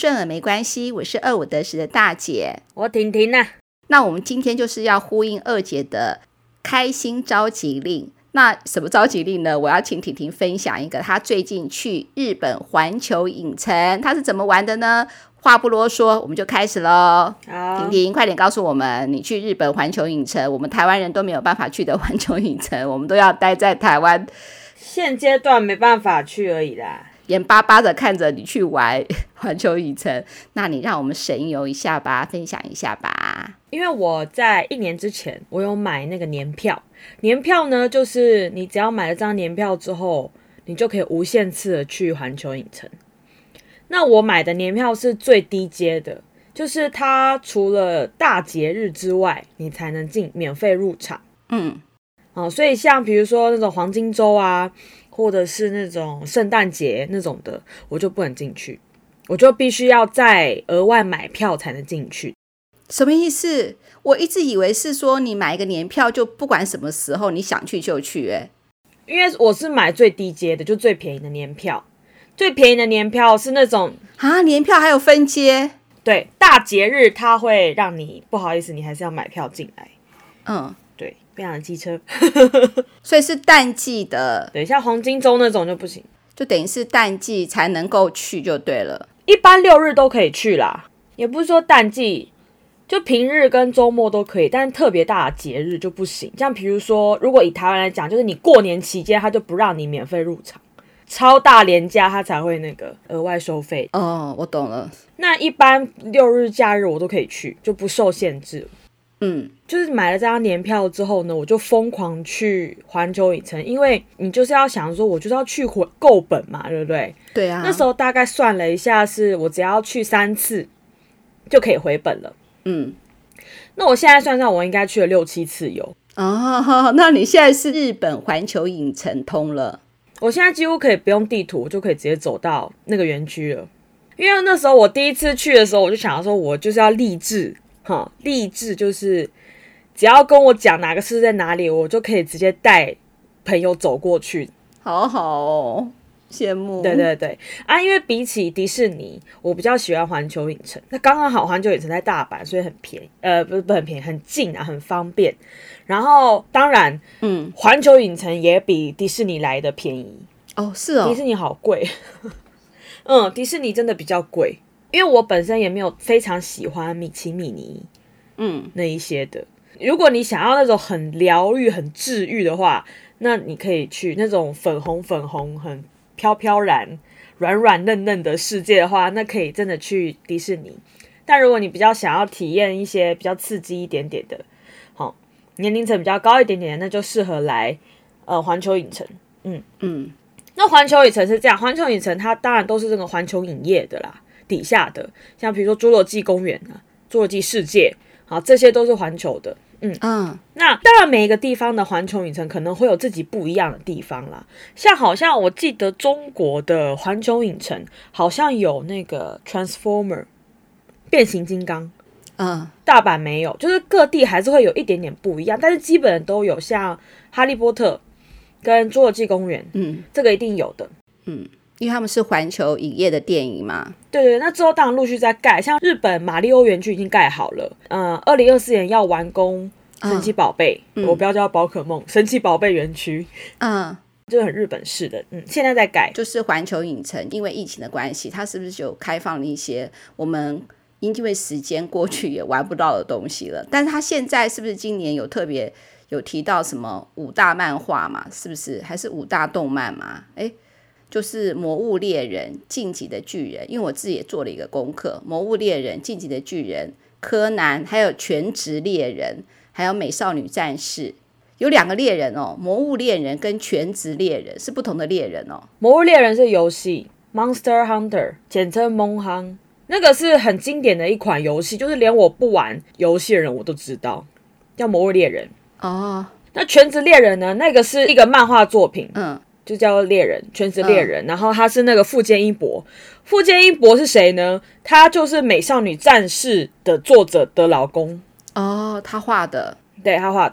顺了没关系，我是25得10的大姐， 我婷婷啊。 那我们今天就是要呼应二姐的开心召集令。那什么召集令呢？我要请婷婷分享一个她最近去日本环球影城，她是怎么玩的呢？话不啰嗦，我们就开始咯。婷婷快点告诉我们，你去日本环球影城，我们台湾人都没有办法去的环球影城，我们都要待在台湾， 现阶段没办法去而已啦， 眼巴巴的看着你去玩环球影城。那你让我们神游一下吧，分享一下吧。 因为我在1年之前我有买那个年票，年票呢就是你只要买了这张年票之后，你就可以无限次的去环球影城。那我买的年票是最低阶的，就是它除了大节日之外你才能免费入场。所以像比如说那种黄金周啊，或者是那种圣诞节那种的，我就不能进去，我就必须要再额外买票才能进去。 什么意思？我一直以为是说你买一个年票就不管什么时候你想去就去因为我是买最低阶的，就最便宜的年票。最便宜的年票是那种年票还有分阶？ 对，大节日它会让你不好意思，你还是要买票进来。对，非常的机车。 所以是淡季的， 对，像黄金周那种就不行， 就等于是淡季才能够去就对了。 一般6日都可以去啦，也不是说淡季，就平日跟周末都可以，但是特别大的节日就不行。像比如说，如果以台湾来讲，就是你过年期间，他就不让你免费入场，超大连假他才会那个额外收费。 我懂了。 那一般6日假日我都可以去，就不受限制。就是买了这张年票之后呢，我就疯狂去环球影城，因为你就是要想说，我就是要去够本嘛，对不对？ 对啊。 那时候大概算了一下，是我只要去3次就可以回本了。那我现在算上，我应该去了6、7次有。 那你现在是日本环球影城通了？ 我现在几乎可以不用地图，就可以直接走到那个园区了。因为那时候我第一次去的时候，我就想说，我就是要立志就是只要跟我讲哪个是在哪里，我就可以直接带朋友走过去。好好哦，羡慕。对对对因为比起迪士尼，我比较喜欢环球影城。那刚刚好，环球影城在大阪，所以很便宜，不是很便宜，很近啊，很方便。然后当然，环球影城也比迪士尼来的便宜。是哦，迪士尼好贵。迪士尼真的比较贵，因为我本身也没有非常喜欢米奇米妮，那一些的。如果你想要那种很疗愈、很治愈的话，那你可以去那种粉红、很飘飘然、软软嫩嫩的世界的话，那可以真的去迪士尼。但如果你比较想要体验一些比较刺激一点点的，年龄层比较高一点点的，那就适合来环球影城。那环球影城是这样，环球影城它当然都是这个环球影业的啦，底下的像比如说侏罗纪公园啊、侏罗纪世界，这些都是环球的。那当然每一个地方的环球影城可能会有自己不一样的地方啦，好像我记得中国的环球影城好像有那个 Transformer 变形金刚，大阪没有，就是各地还是会有一点点不一样，但是基本都有，像哈利波特跟侏罗纪公园，这个一定有的。因为他们是环球影业的电影嘛。对，那之后当然陆续在盖，像日本马里欧园区已经盖好了，2024年要完工神奇宝贝，我不要叫宝可梦，神奇宝贝园区，就是很日本式的，现在在盖。就是环球影城因为疫情的关系，它是不是就开放了一些我们因为时间过去也玩不到的东西了？但是它现在是不是今年有特别有提到什么5大漫画嘛？是不是还是5大动漫嘛？就是魔物猎人、晋级的巨人，因为我自己也做了一个功课，魔物猎人、晋级的巨人、柯南，还有全职猎人，还有美少女战士，有2个猎人魔物猎人跟全职猎人是不同的猎人魔物猎人是游戏 Monster Hunter， 简称蒙夯，那个是很经典的一款游戏，就是连我不玩游戏的人我都知道，叫魔物猎人。那全职猎人呢？那个是一个漫画作品，就叫猎人，全职猎人。然后他是那个富坚义博，富坚义博是谁呢？他就是美少女战士的作者的老公。他画的。对，他画的。他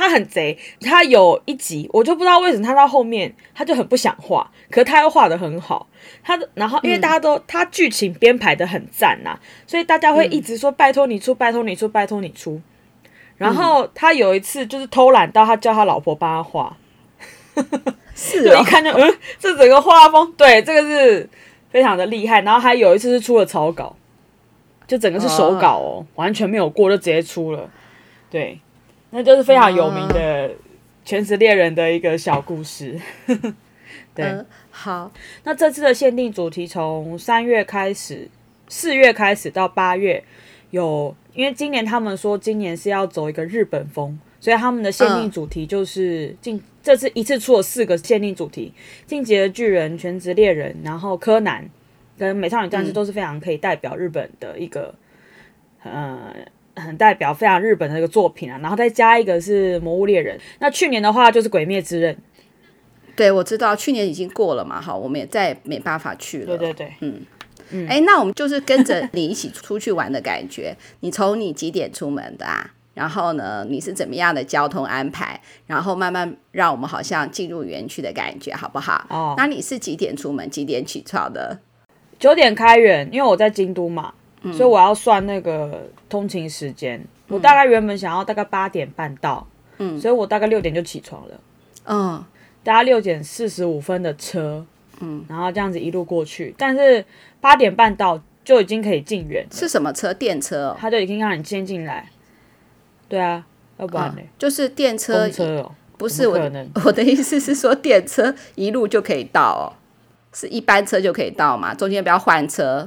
他很贼，他有一集我就不知道为什么他到后面他就很不想画，可是他又画得很好。然后因为大家都他剧情编排得很赞呐，所以大家会一直说拜托你出，拜托你出，拜托你出。然后他有一次就是偷懒到他叫他老婆帮他画， 是哦， 一看就这整个画风，对，这个是非常的厉害。然后还有一次是出了草稿，就整个是手稿完全没有过就直接出了，对，那就是非常有名的全职猎人的一个小故事。对， 好， 那这次的限定主题从4月开始到8月因为今年他们说今年是要走一个日本风，所以他们的限定主题就是这次一次出了4个限定主题，进击的巨人、全职猎人，然后柯南跟美少女战士都是非常可以代表日本的一个很代表非常日本的一个作品啊，然后再加一个是魔物猎人。那去年的话就是鬼灭之刃。 对，我知道去年已经过了嘛，好，我们也再没办法去了。 对对对， 那我们就是跟着你一起出去玩的感觉。你几点出门的啊？然后呢，你是怎么样的交通安排？然后慢慢让我们好像进入园区的感觉，好不好？那你是几点出门？几点起床的 ？9点开园，因为我在京都嘛，所以我要算那个通勤时间。我大概原本想要大概8点半到，所以我大概6点就起床了。大概6点45分的车，然后这样子一路过去，但是8点半到就已经可以进园了。 是什么车？电车哦？ 他就已经让你先进来。对啊，要不然呢？ 就是电车， 公车哦？ 不是可能。 我的意思是说，电车一路就可以到哦，是一班车就可以到嘛？中间不要换车？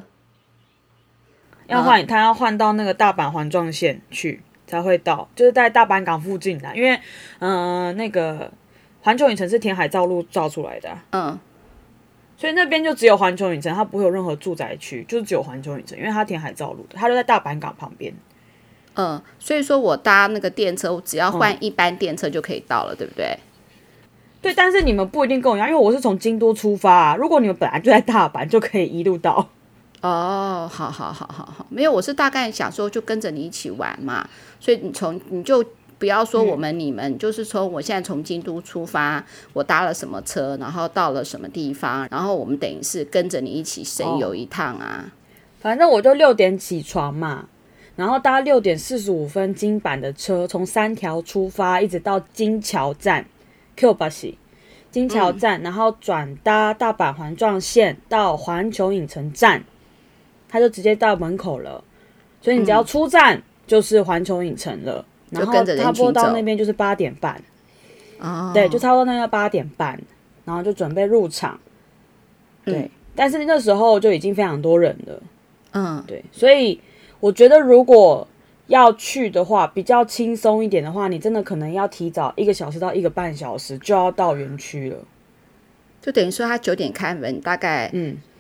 他要换到那个大阪环状线去才会到，就是在大阪港附近的，因为那个环球影城是填海造路造出来的，所以那边就只有环球影城，它不会有任何住宅区，就是只有环球影城，因为它填海造路的，它就在大阪港旁边。 所以说我搭那个电车，我只要换一班电车就可以到了，对不对？ 对，但是你们不一定跟我一样，因为我是从京都出发啊。如果你们本来就在大阪，就可以一路到。 好，没有，我是大概想说就跟着你一起玩嘛，所以你就不要说你们就是说我现在从京都出发，我搭了什么车，然后到了什么地方，然后我们等于是跟着你一起神游一趟啊。 反正我就6点起床嘛，然后搭6点45分京阪的车，从3条出发，一直到金桥站 Kyobashi 金桥站，然后转搭大阪环状线到环球影城站，它就直接到门口了。所以你只要出站就是环球影城了，然后差不多到那边就是8点半。对，就差不多那要8点半，然后就准备入场。对，但是那时候就已经非常多人了。对，所以我觉得如果要去的话，比较轻松一点的话，你真的可能要提早1个小时到1个半小时就要到园区了。 就等于说他9点开门，大概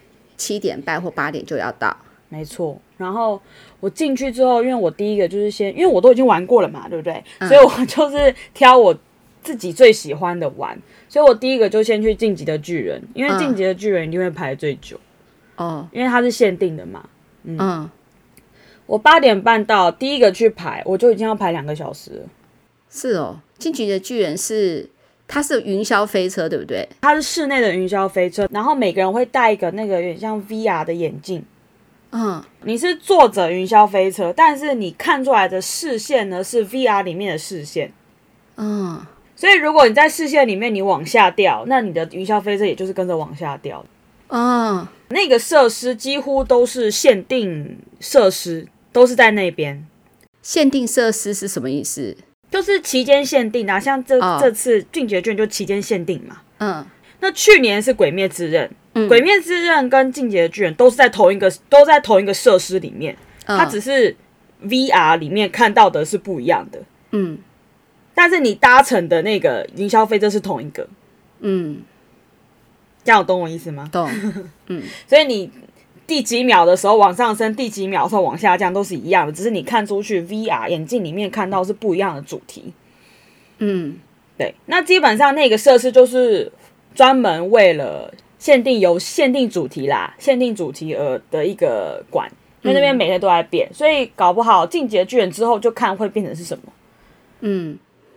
7点半或8点就要到。 没错。然后我进去之后，因为我第一个就是因为我都已经玩过了嘛，对不对？所以我就是挑我自己最喜欢的玩，所以我第一个就先去晋级的巨人，因为晋级的巨人一定会排最久。因为它是限定的嘛。我8点半到，第一个去排，我就已经要排2个小时了。 是哦，晋级的巨人它是云霄飞车，对不对？ 它是室内的云霄飞车，然后每个人会戴一个那个有点像 VR 的眼镜。你是坐着云霄飞车，但是你看出来的视线呢是 VR 里面的视线。所以如果你在视线里面你往下掉，那你的云霄飞车也就是跟着往下掉。那个设施几乎都是限定设施，都是在那边。 限定设施是什么意思？ 就是期间限定啊，像这次进击的巨人就期间限定嘛。那去年是鬼灭之刃，鬼灭之刃跟进击的巨人都在同一个设施里面，它只是 VR 里面看到的是不一样的。但是你搭乘的那个云霄飞车是同一个。这样有懂我意思吗？ 懂。 所以你第几秒的时候往上升，第几秒的时候往下降都是一样的，只是你看出去 VR 眼镜里面看到是不一样的主题。对，那基本上那个设施就是专门为了限定主题啦，限定主题而的一个馆，因为那边每天都在变，所以搞不好进击的巨人之后就看会变成是什么。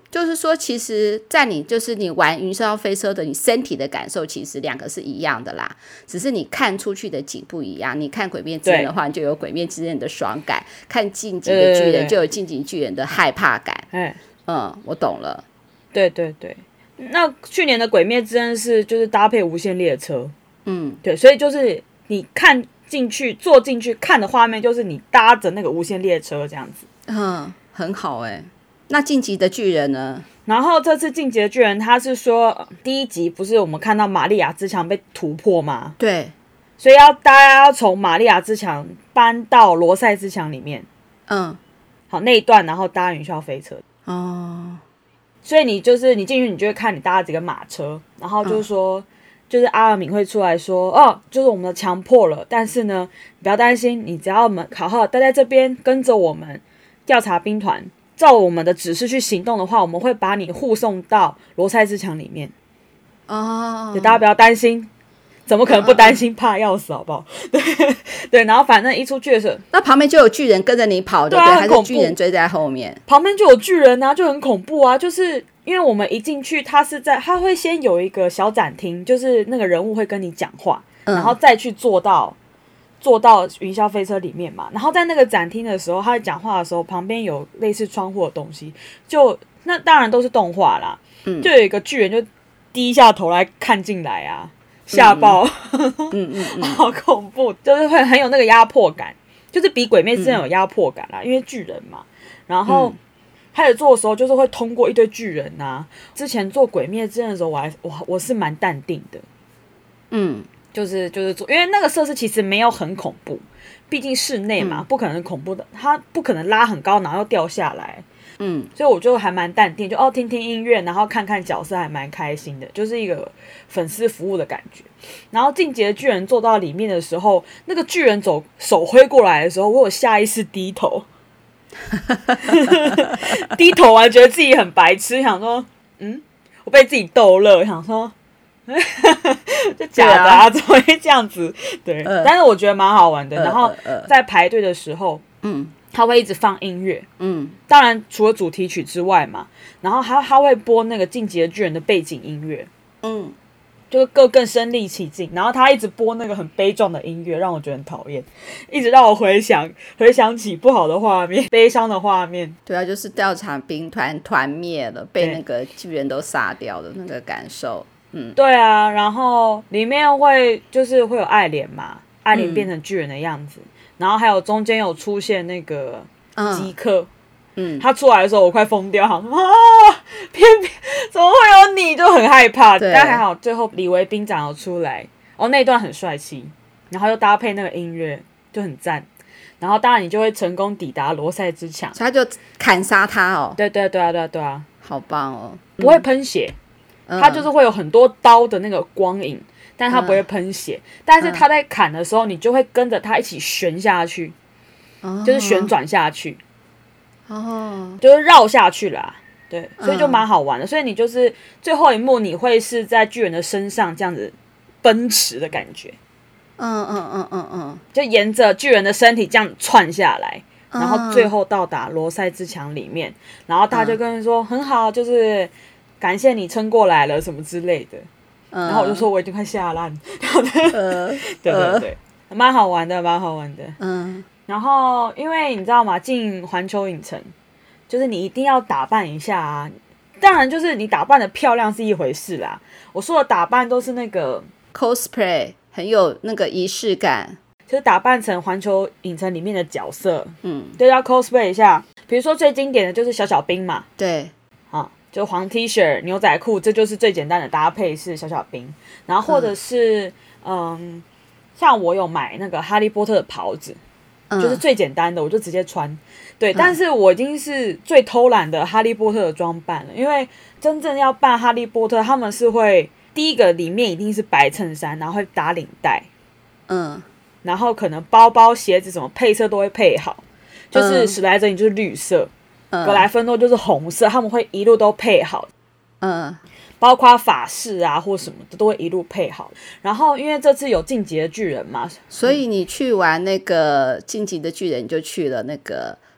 就是说，其实，在你就是你玩云霄飞车的，你身体的感受其实两个是一样的啦，只是你看出去的景不一样。你看《鬼灭之刃》的话，你就有《鬼灭之刃》的爽感；看《进击的巨人》就有《进击巨人》的害怕感。我懂了。 对对对，那去年的《鬼灭之刃》就是搭配无限列车，对，所以就是你看进去、坐进去看的画面，就是你搭着那个无限列车这样子， 很好那晋级的巨人呢？ 然后这次晋级的巨人，他是说第一集不是我们看到玛利亚之墙被突破吗？ 对， 所以大家要从玛利亚之墙搬到罗塞之墙里面。好，那一段然后搭云霄飞车。所以你进去，你就会看你搭了几个马车，然后就是说，就是阿尔敏会出来说，就是我们的墙破了，但是呢，你不要担心，你只要我们好好待在这边，跟着我们调查兵团。照我们的指示去行动的话，我们会把你护送到罗塞之墙里面。大家不要担心，怎么可能不担心？怕要死，好不好？对，然后反正一出去的时候， 那旁边就有巨人跟着你跑，对不对？还是巨人追在后面？ 旁边就有巨人啊，就很恐怖啊！就是因为我们一进去，他会先有一个小展厅，就是那个人物会跟你讲话，然后再去坐到云霄飞车里面嘛，然后在那个展厅的时候，他在讲话的时候，旁边有类似窗户的东西，那当然都是动画啦，就有一个巨人就低下头来看进来啊，吓爆，好恐怖，就是会很有那个压迫感，就是比鬼灭之刃有压迫感啦，因为巨人嘛，然后开始做的时候就是会通过一堆巨人啊，之前做鬼灭之刃的时候，我是蛮淡定的，就是做，因为那个设施其实没有很恐怖，毕竟室内嘛，不可能恐怖的，它不可能拉很高然后又掉下来，所以我就还蛮淡定，就听听音乐，然后看看角色，还蛮开心的，就是一个粉丝服务的感觉。然后进击的巨人坐到里面的时候，那个巨人手挥过来的时候，我有下意识低头，低头完觉得自己很白痴，想说，我被自己逗乐，想说。就假的啊，怎么会这样子？对，但是我觉得蛮好玩的。然后在排队的时候，他会一直放音乐，当然除了主题曲之外嘛，然后他会播那个进击的巨人的背景音乐，就更身临其境。然后他一直播那个很悲壮的音乐，让我觉得很讨厌，一直让我回想起不好的画面，悲伤的画面。 对啊，就是调查兵团灭了，被那个巨人都杀掉的那个感受。 对啊，然后里面会有爱莲嘛，爱莲变成巨人的样子，然后还有中间有出现那个基克，他出来的时候我快疯掉，好偏怎么会有你，就很害怕，但还好最后李维兵长有出来，那一段很帅气，然后又搭配那个音乐就很赞，然后当然你就会成功抵达罗塞之墙， 所以他就砍杀他对啊， 好棒不会喷血。它就是会有很多刀的那个光影，但它不会喷血，但是它在砍的时候，你就会跟着它一起旋下去，就是旋转下去，就是绕下去啦，对，所以就蛮好玩的。所以你就是最后一幕，你会是在巨人的身上这样子奔驰的感觉，就沿着巨人的身体这样窜下来，然后最后到达罗塞之墙里面，然后他就跟人说很好，就是感谢你撑过来了什么之类的，然后我就说我已经快吓烂，对，蛮好玩的，然后因为你知道吗，进环球影城就是你一定要打扮一下啊，当然就是你打扮的漂亮是一回事啦，我说的打扮都是那个 cosplay， 很有那个仪式感， 就是打扮成环球影城里面的角色，对，要 cosplay 一下。比如说最经典的就是小小兵嘛， 对， 就黄 T 恤、牛仔裤，这就是最简单的搭配是小小兵。然后或者是像我有买那个哈利波特的袍子，就是最简单的，我就直接穿。对，但是我已经是最偷懒的哈利波特的装扮了，因为真正要扮哈利波特，他们是会第一个里面一定是白衬衫，然后会打领带，然后可能包包、鞋子什么配色都会配好，就是史莱哲林就是绿色，格莱芬多就是红色，他们会一路都配好，包括法式啊或什么的都会一路配好。然后因为这次有进击的巨人嘛， 所以你去玩那个进击的巨人，你就去了那个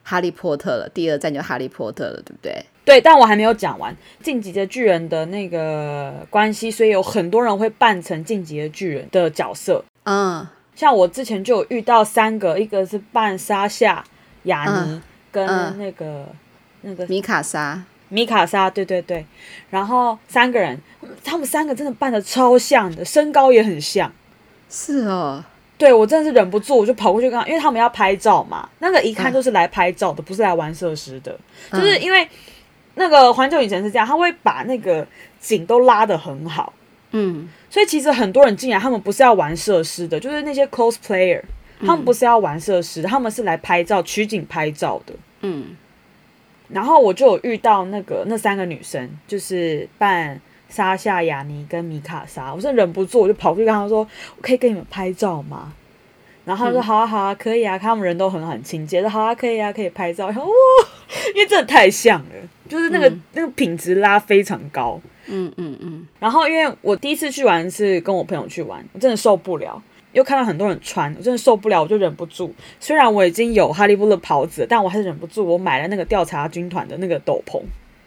哈利波特了，第2站就哈利波特了，对不对？ 对，但我还没有讲完晋级的巨人的那个关系，所以有很多人会扮成晋级的巨人的角色。像我之前就有遇到3个，一个是扮莎夏、雅尼跟那个米卡莎， 对对对，然后3个人，他们3个真的扮的超像的，身高也很像。 是哦。 对，我真的是忍不住，我就跑过去跟他，因为他们要拍照嘛，那个一看就是来拍照的，不是来玩设施的。就是因为那个环球影城是这样，他会把那个景都拉得很好，所以其实很多人进来，他们不是要玩设施的，就是那些 cosplayer，他们不是要玩设施，他们是来拍照、取景拍照的。然后我就有遇到那3个女生，就是扮莎夏、雅尼跟米卡莎，我真的忍不住，我就跑过去跟他说：“我可以跟你们拍照吗？”然后他说：“好啊，好啊，可以啊。”他们人都很亲切，说：“好啊，可以啊，可以拍照。”然后哇，因为真的太像了，就是那个品质拉非常高。然后因为我第一次去玩是跟我朋友去玩，我真的受不了，又看到很多人穿，我真的受不了，我就忍不住。虽然我已经有哈利波特袍子，但我还是忍不住，我买了那个调查军团的那个斗篷。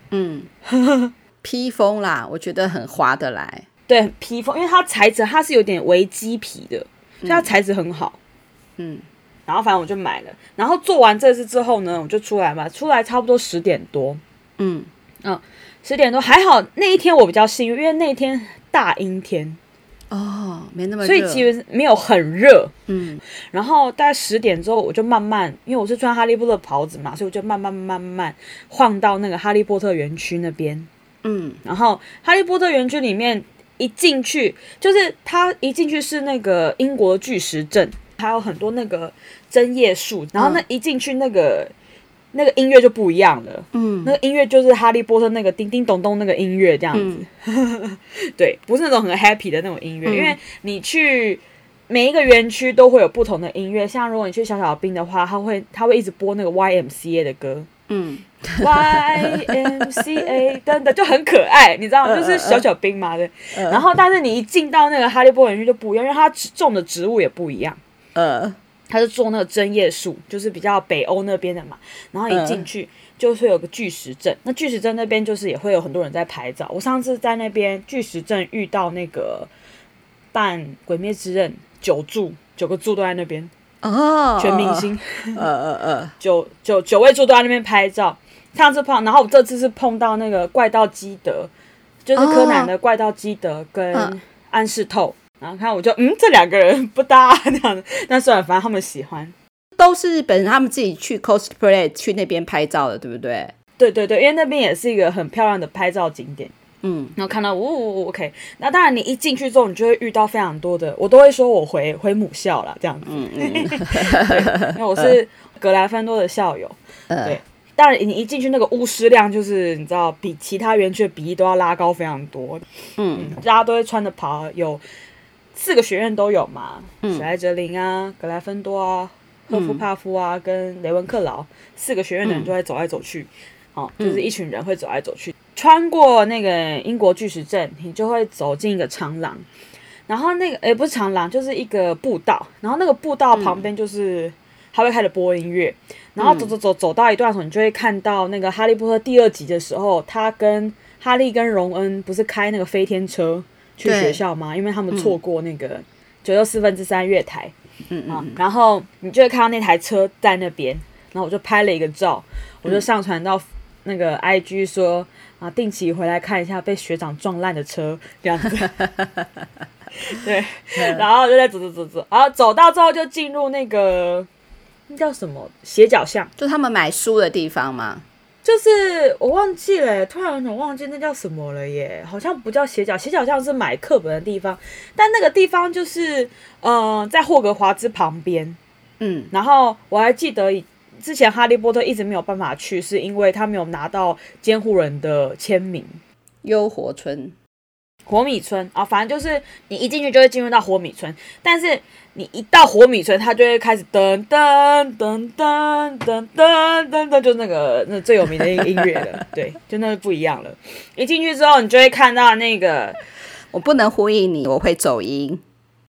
披风啦，我觉得很划得来。 对，披风，因为它材质它是有点微鸡皮的，所以它材质很好。然后反正我就买了，然后做完这次之后呢，我就出来嘛，出来差不多10点多。10点多还好，那一天我比较幸运，因为那一天大阴天。 没那么热， 所以其实没有很热。然后大概10点之后，我就慢慢，因为我是穿哈利波特袍子嘛，所以我就慢慢晃到那个哈利波特园区那边。然后哈利波特园区里面一进去，就是它一进去是那个英国巨石阵，还有很多那个针叶树，然后那一进去那个音乐就不一样了。那个音乐就是哈利波特那个叮叮咚咚那个音乐这样子。对，不是那种很 happy 的那种音乐，因为你去每一个园区都会有不同的音乐，像如果你去小小兵的话，他会一直播那个 YMCA 的歌。YMCA 等等就很可爱，你知道吗？就是小小兵嘛，对。然后，但是你一进到那个哈利波特园区就不一样，因为它种的植物也不一样。它是种那个针叶树，就是比较北欧那边的嘛。然后一进去就会有个巨石阵，那巨石阵那边就是也会有很多人在拍照。我上次在那边巨石阵遇到那个扮鬼灭之刃9个柱都在那边。全明星九位柱都在那边拍照。上次碰，然后我这次是碰到那个怪盗基德，就是柯南的怪盗基德跟安室透，然后看我就这2个人不搭这样，但算了，反正他们喜欢， 都是日本人他们自己去 cosplay 去那边拍照的，对不对？ 对对对，因为那边也是一个很漂亮的拍照景点。然后看到OK， 那当然你一进去之后，你就会遇到非常多的，我都会说我回母校啦，这样子。对，因为我是格莱芬多的校友。对，当然你一进去那个巫师量就是你知道比其他园区的比例都要拉高非常多。大家都会穿的袍，有4个学院都有嘛，史莱哲林啊、格莱芬多啊、赫夫帕夫啊跟雷文克劳4个学院的人都在走来走去。就是一群人会走来走去，穿过那个英国巨石阵，你就会走进一个长廊，然后那个不是长廊，就是一个步道，然后那个步道旁边就是他会开始播音乐，然后走到一段的时候，你就会看到那个哈利波特第2集的时候，他跟哈利跟荣恩不是开那个飞天车去学校吗？因为他们错过那个9又3/4月台。然后你就会看到那台车在那边，然后我就拍了一个照，我就上传到那个 IG 说定期回来看一下被学长撞烂的车这样子。对，然后就在走，然后走到之后就进入那个那叫什么斜角巷， 就他们买书的地方吗？ 就是我忘记了，突然有点忘记那叫什么了耶，好像不叫斜角巷是买课本的地方，但那个地方就是在霍格华兹旁边。然后我还记得之前哈利波特一直没有办法去，是因为他没有拿到监护人的签名。 幽活村、 火米村啊，反正就是你一进去就会进入到火米村，但是你一到火米村，它就会开始噔噔噔噔噔噔噔噔，就那最有名的音乐了。对，就那不一样了。一进去之后，你就会看到那个， 我不能呼应你，我会走音。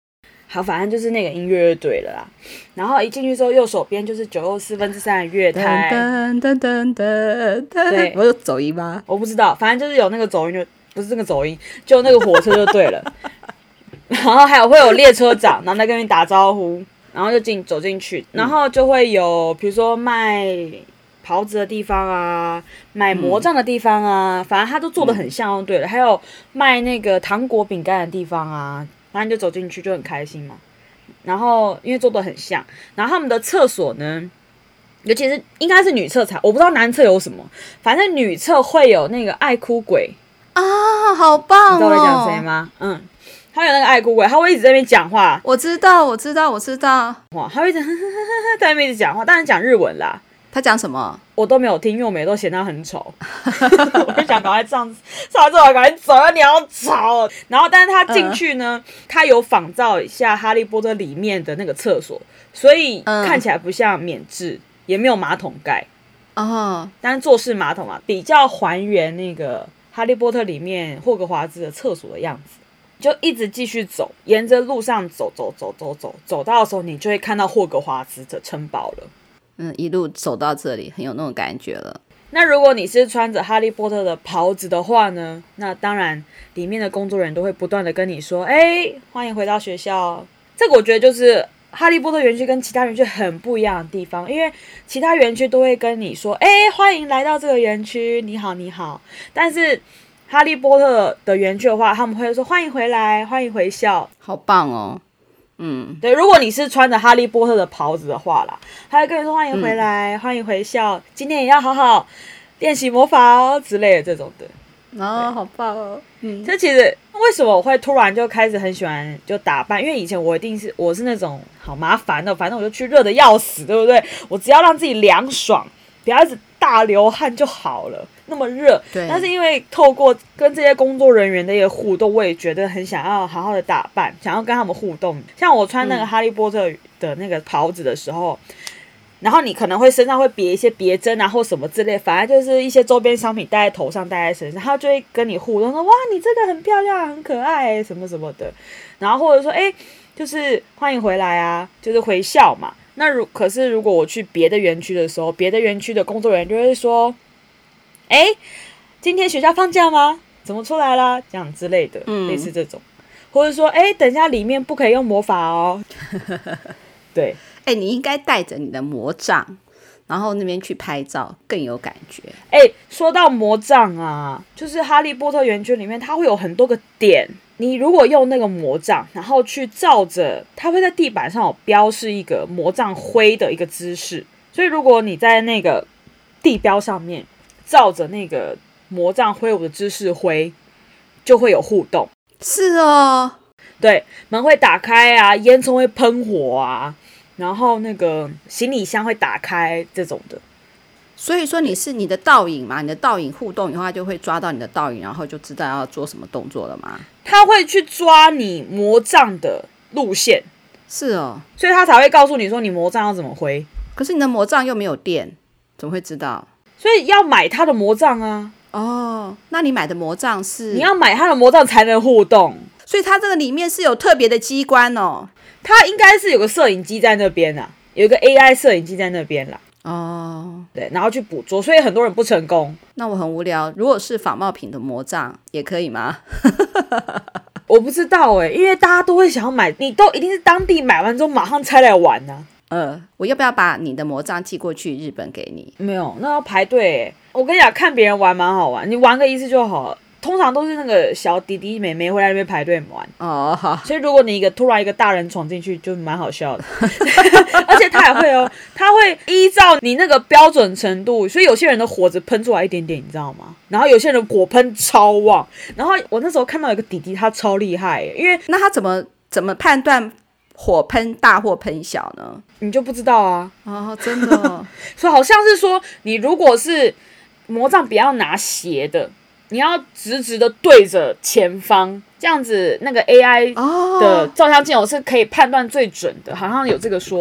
好，反正就是那个音乐就对了啦。然后一进去之后，右手边就是9又3/4的月台， 噔噔噔噔噔， 对， 我有走音吗？ 我不知道，反正就是有那个走音，就不是那个走音，就那个火车就对了。然后还有会有列车长，然后在跟你打招呼，然后就走进去，然后就会有比如说卖袍子的地方啊，卖魔杖的地方啊，反正他都做得很像就对了。还有卖那个糖果饼干的地方啊，反正就走进去就很开心嘛。然后因为做得很像，然后他们的厕所呢，尤其是应该是女厕才，我不知道男厕有什么，反正女厕会有那个爱哭鬼啊，好棒哦！ 你知道我在讲谁吗？他有那个爱哭鬼，他会一直在那边讲话。 我知道。 哇，他会一直在那边一直讲话，当然讲日文啦。 他讲什么？ 我都没有听，因为我每次都嫌他很吵。我就想赶快上完之后赶快走，你好吵。然后，但是他进去呢，他有仿造一下《哈利波特》里面的那个厕所，所以看起来不像免治，也没有马桶盖。但是坐式马桶啊，比较还原那个《哈利波特》里面霍格华兹的厕所的样子。就一直继续走，沿着路上走到的时候，你就会看到霍格华兹的城堡了。 一路走到这里，很有那种感觉了。 那如果你是穿着哈利波特的袍子的话呢，那当然里面的工作人员都会不断的跟你说，欢迎回到学校。这个我觉得就是哈利波特园区跟其他园区很不一样的地方，因为其他园区都会跟你说，欢迎来到这个园区，你好你好。但是哈利波特的园区的话，他们会说欢迎回来，欢迎回校。 好棒哦。 对，如果你是穿着哈利波特的袍子的话啦，他会跟你说欢迎回来，欢迎回校，今天也要好好练习魔法哦之类的这种的。 好棒哦。 这其实为什么我会突然就开始很喜欢就打扮？因为以前我是那种好麻烦的，反正我就去热的要死，对不对？我只要让自己凉爽，不要一直大流汗就好了。那么热，但是因为透过跟这些工作人员的一个互动，我也觉得很想要好好的打扮，想要跟他们互动。像我穿那个哈利波特的那个袍子的时候，然后你可能会身上会别一些别针啊或什么之类，反正就是一些周边商品戴在头上戴在身上，他就会跟你互动说哇你这个很漂亮很可爱什么什么的，然后或者说就是欢迎回来啊，就是回校嘛。那可是如果我去别的园区的时候，别的园区的工作人员就会说今天学校放假吗？怎么出来啦？这样之类的，类似这种，或者说等一下里面不可以用魔法哦。对， 你应该带着你的魔杖，然后那边去拍照，更有感觉。 说到魔杖啊，就是哈利波特园区里面，它会有很多个点。你如果用那个魔杖，然后去照着，它会在地板上有标示一个魔杖挥的一个姿势。所以如果你在那个地标上面照着那个魔杖挥舞的姿势挥，就会有互动。 是哦， 对，门会打开啊，烟囱会喷火啊，然后那个行李箱会打开这种的。 所以说你是你的倒影嘛，你的倒影互动以后，他就会抓到你的倒影，然后就知道要做什么动作了吗？ 他会去抓你魔杖的路线。 是哦， 所以他才会告诉你说你魔杖要怎么挥。 可是你的魔杖又没有电，怎么会知道？ 所以要买他的魔杖啊。 那你买的魔杖是？ 你要买他的魔杖才能互动。 所以它这个里面是有特别的机关哦。 它应该是有个摄影机在那边啦，有一个 AI 摄影机在那边啦。对，然后去捕捉，所以很多人不成功。 那我很无聊，如果是仿冒品的魔杖也可以吗？ 我不知道因为大家都会想要买，你都一定是当地买完之后马上拆来玩啊。 我要不要把你的魔杖寄过去日本给你？ 没有，那要排队我跟你讲，看别人玩蛮好玩，你玩个一次就好了。通常都是那个小弟弟妹妹会在那边排队玩好。 所以如果你突然一个大人闯进去，就蛮好笑的。而且他也会他会依照你那个标准程度，所以有些人的火只喷出来一点点，你知道吗？然后有些人火喷超旺。然后我那时候看到有个弟弟，他超厉害因为那他怎么判断火喷大或喷小呢？ 你就不知道啊。 真的所以好像是说，你如果是魔杖不要拿斜的，你要直直的对着前方，这样子那个 AI 的照相镜头是可以判断最准的，好像有这个说法。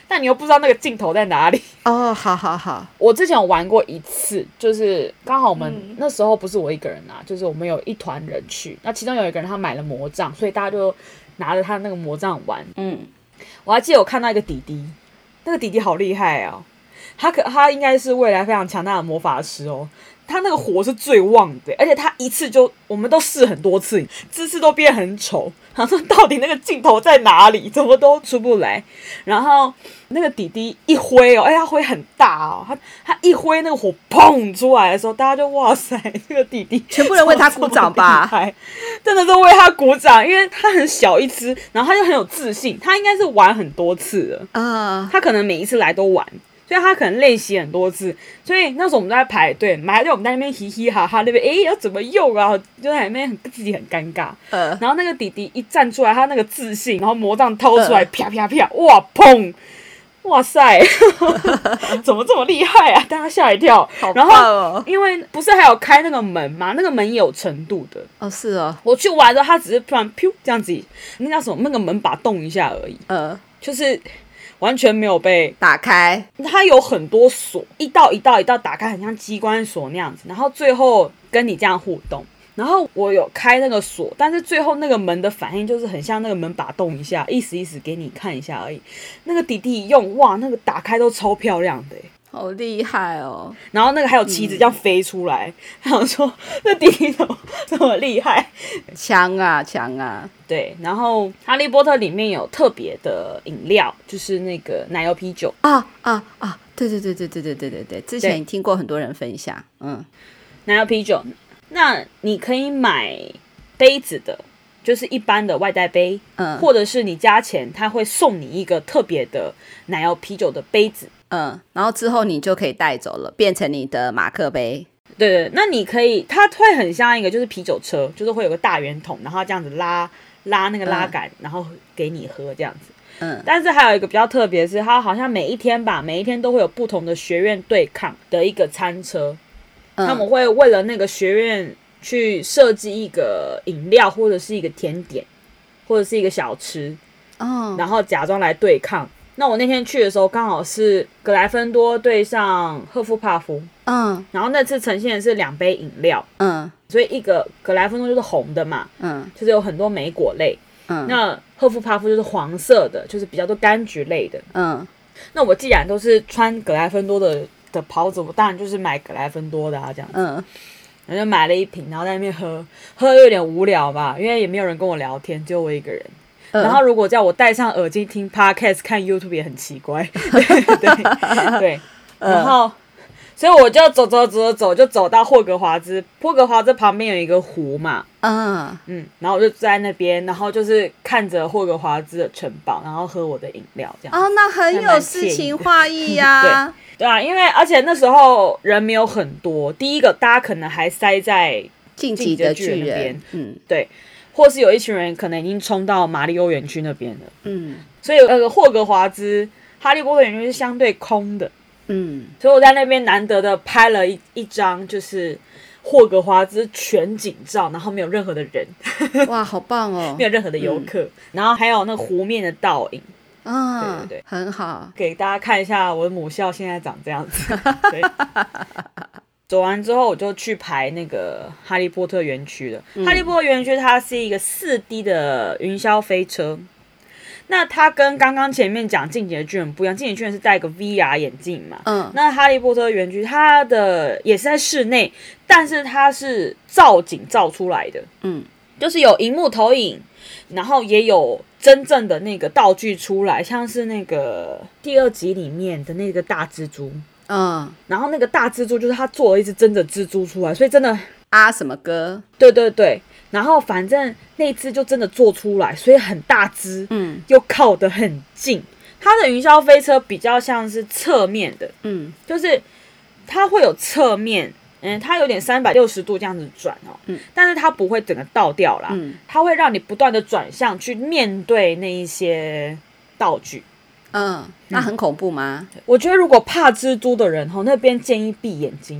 但你又不知道那个尽头在哪里。 哦，好好好， 我之前有玩过一次，就是刚好我们那时候不是我一个人啊，就是我们有一团人去，那其中有一个人他买了魔杖，所以大家就拿着他那个魔杖玩。我还记得我看到一个弟弟，那个弟弟好厉害啊，他应该是未来非常强大的魔法师哦。他那个火是最旺的，而且他一次就，我们都试很多次，姿势都变很丑。他说到底那个镜头在哪里，怎么都出不来。然后那个弟弟一挥哦，他挥很大哦，他一挥那个火砰出来的时候，大家就哇塞，这个弟弟全部人为他鼓掌吧， 真的是为他鼓掌，因为他很小一只，然后他就很有自信，他应该是玩很多次了他可能每一次来都玩。所以他可能练习很多次，所以那时候我们都在排队，我们在那边嘻嘻哈哈，那边要怎么用啊？就在那边自己很尴尬。然后那个弟弟一站出来，他那个自信，然后魔杖掏出来，啪啪啪，哇砰，哇塞，怎么这么厉害啊？大家吓一跳。 好棒哦！ 然后因为不是还有开那个门吗？那个门也有程度的。 哦，是哦。 我去玩的时候，他只是突然噗这样子，那叫什么？那个门把动一下而已。就是完全没有被打开， 它有很多锁，一道一道一道打开，很像机关锁那样子，然后最后跟你这样互动。然后我有开那个锁，但是最后那个门的反应就是很像那个门把动一下，意思给你看一下而已。那个弟弟一用，哇，那个打开都超漂亮的好厉害哦！ 然后那个还有旗子这样飞出来，他想说那弟弟怎么这么厉害？ 强啊强啊！ 对，然后《哈利波特》里面有特别的饮料，就是那个奶油啤酒对，之前听过很多人分享， 奶油啤酒。那你可以买杯子的，就是一般的外带杯，或者是你加钱，他会送你一个特别的奶油啤酒的杯子， 然后之后你就可以带走了，变成你的马克杯。 对，那你可以，它会很像一个就是啤酒车，就是会有个大圆筒，然后这样子拉那个拉杆，然后给你喝这样子。但是还有一个比较特别的是，它好像每一天都会有不同的学院对抗的一个餐车。他们会为了那个学院去设计一个饮料，或者是一个甜点，或者是一个小吃，然后假装来对抗。那我那天去的时候，刚好是格莱芬多对上赫夫帕夫，然后那次呈现的是2杯饮料，所以一个格莱芬多就是红的嘛，就是有很多莓果类，那赫夫帕夫就是黄色的，就是比较多柑橘类的，那我既然都是穿格莱芬多的袍子，我当然就是买格莱芬多的这样子，然后就买了一瓶，然后在那边喝有点无聊吧，因为也没有人跟我聊天，只有我一个人。然后如果叫我戴上耳机听 podcast 看 YouTube 也很奇怪，对，然后所以我就走，就走到霍格华兹旁边有一个湖嘛，然后我就在那边，然后就是看着霍格华兹的城堡，然后喝我的饮料这样。 那很有诗情画意呀。 对啊，因为而且那时候人没有很多，第一个大家可能还塞在晋级的巨人那边，对，或是有一群人可能已经冲到马里欧园区那边了，所以霍格华兹哈利波特园区是相对空的，所以我在那边难得的拍了一张就是霍格华兹全景照，然后没有任何的人， 哇，好棒哦， 没有任何的游客，然后还有那个湖面的倒影。对， 很好， 给大家看一下我的母校现在长这样子。对，走完之后我就去排那个哈利波特园区了。哈利波特园区它是一个4D 的云霄飞车，那它跟刚刚前面讲进击的巨人不一样，进击的巨人是戴一个 VR 眼镜嘛，那哈利波特园区它的也是在室内，但是它是造景造出来的，就是有萤幕投影，然后也有真正的那个道具出来，像是那个第2集里面的那个大蜘蛛，然后那个大蜘蛛就是他做了一只真的蜘蛛出来，所以真的什么歌？ 对，然后反正那只就真的做出来，所以很大只，又靠得很近。它的云霄飞车比较像是侧面的，就是它会有侧面。它有点360度这样子转但是它不会整个倒掉啦，它会让你不断的转向去面对那一些道具。 那很恐怖吗？ 我觉得如果怕蜘蛛的人那边建议闭眼睛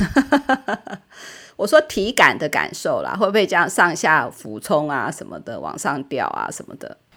我说体感的感受啦，会不会这样上下俯冲啊什么的，往上吊啊什么的？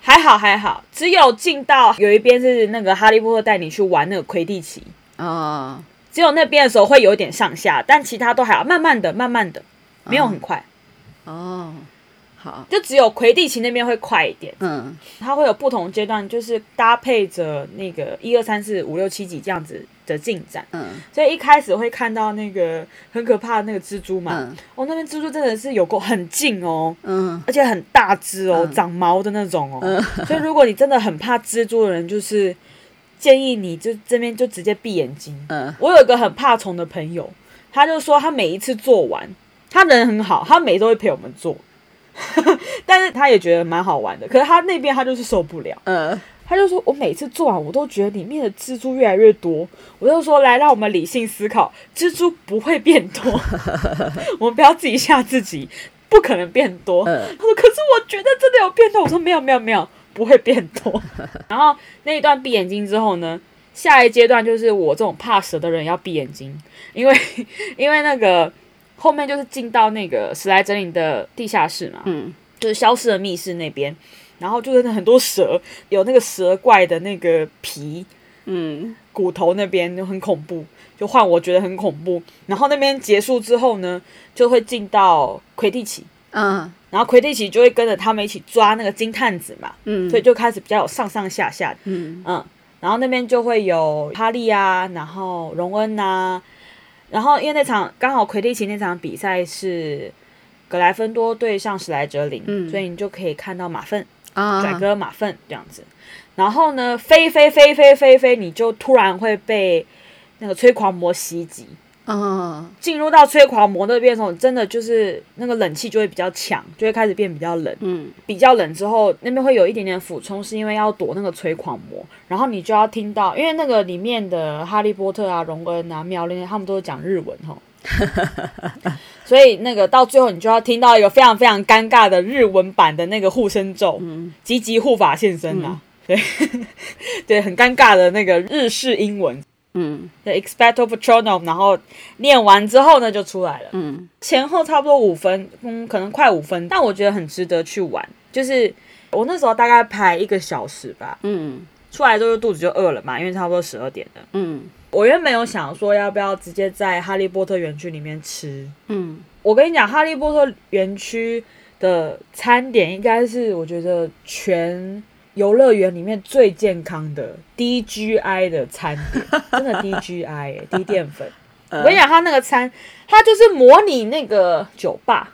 还好还好，只有进到有一边是那个哈利波特带你去玩那个魁地奇哦只有那边的时候会有点上下，但其他都还好，慢慢的慢慢的，没有很快。 哦，好， 就只有魁地奇那边会快一点，它会有不同阶段，就是搭配着那个1、2、3、4、5、6、7集这样子的进展，所以一开始会看到那个很可怕的那个蜘蛛嘛，那边蜘蛛真的是有够很近哦，而且很大只哦，长毛的那种哦，所以如果你真的很怕蜘蛛的人，就是建议你就这边就直接闭眼睛。我有一个很怕虫的朋友，他就说他每一次做完，他人很好，他每次都会陪我们做。但是他也觉得蛮好玩的，可是他那边他就是受不了，他就说我每次做完我都觉得里面的蜘蛛越来越多，我就说来让我们理性思考，蜘蛛不会变多，我们不要自己吓自己，不可能变多。他说可是我觉得真的有变多，我说没有不会变多。然后那一段闭眼睛之后呢，下一阶段就是我这种怕蛇的人要闭眼睛，因为那个后面就是进到那个史莱哲林的地下室嘛，就是消失的密室那边，然后就是很多蛇，有那个蛇怪的那个皮，骨头那边就很恐怖，就换我觉得很恐怖。然后那边结束之后呢，就会进到魁地奇，然后魁地奇就会跟着他们一起抓那个金探子嘛，所以就开始比较有上上下下，然后那边就会有哈利啊，然后荣恩啊。然后因为那场刚好魁地奇那场比赛是格莱芬多对上史莱哲林，所以你就可以看到马粪拽哥马粪这样子。然后呢，飞，你就突然会被那个催狂魔袭击。进入到催狂魔那边的时候，真的就是那个冷气就会比较强，就会开始变比较冷。比较冷之后，那边会有一点点俯冲，是因为要躲那个催狂魔。然后你就要听到，因为那个里面的哈利波特啊、荣恩啊、妙丽，他们都是讲日文吼。所以那个到最后，你就要听到一个非常非常尴尬的日文版的那个护身咒，积极护法现身啊。对对，很尴尬的那个日式英文。对 Expecto Patronum， 然后念完之后呢就出来了，前后差不多5分，可能快5分，但我觉得很值得去玩。就是我那时候大概排1个小时吧，出来之后肚子就饿了嘛，因为差不多12点了，我原本有想说要不要直接在哈利波特园区里面吃，我跟你讲，哈利波特园区的餐点应该是我觉得全游乐园里面最健康的低 GI 的餐点，真的低 GI 低淀粉。我跟你讲，他那个餐，他就是模拟那个酒吧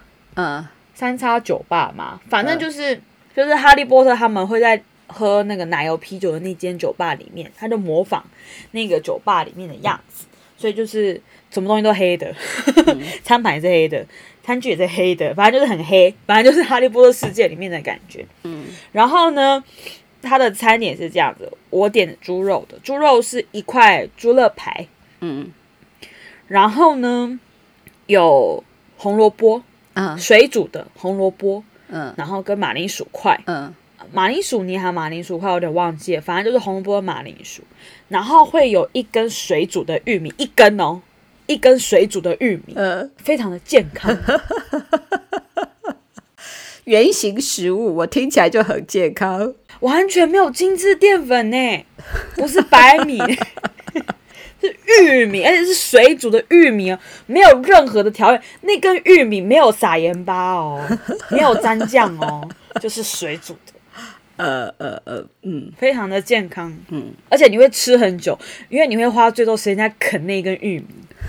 ，3叉酒吧嘛，反正就是哈利波特他们会在喝那个奶油啤酒的那间酒吧里面，他就模仿那个酒吧里面的样子，所以就是什么东西都黑的，餐盘也是黑的，餐具也是黑的，反正就是很黑，反正就是哈利波特世界里面的感觉。然后呢，它的餐点是这样子，我点的猪肉的，猪肉是1块猪肋排，然后呢有红萝卜，水煮的红萝卜，然后跟马铃薯块，马铃薯泥还马铃薯块有点忘记了，反正就是红萝卜马铃薯，然后会有1根水煮的玉米，1根水煮的玉米，非常的健康。 原型食物，我听起来就很健康， 完全没有精致淀粉呢，不是白米，是玉米，而且是水煮的玉米哦，没有任何的调味，那根玉米没有撒盐巴哦，没有沾酱哦，就是水煮的。非常的健康，而且你会吃很久，因为你会花最多时间在啃那根玉米。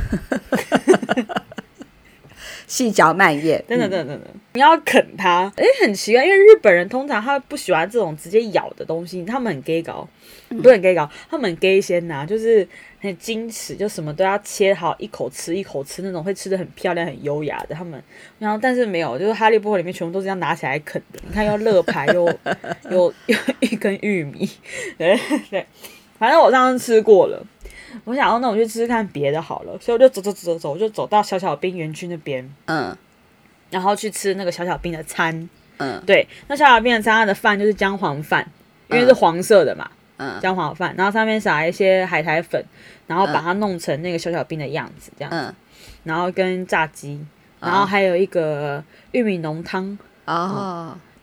细嚼慢咽， 真的，你要啃它。很奇怪，因为日本人通常他不喜欢这种直接咬的东西，他们很 gay 搞，不是很 gay 搞，他们很 gay 先呐，就是很矜持，就什么都要切好，一口吃那种，会吃的很漂亮、很优雅的。他们，然后但是没有，就是哈利波特里面全部都是这样拿起来啃的。你看，又肋排，又1根玉米，对，反正我上次吃过了。我想那我去吃吃看别的好了，所以我就走，我就走到小小兵园区那边，然后去吃那个小小兵的餐，对，那小小兵的餐它的饭就是姜黄饭，因为是黄色的嘛，姜黄饭，然后上面撒一些海苔粉，然后把它弄成那个小小兵的样子，这样子，然后跟炸鸡，然后还有一个玉米浓汤，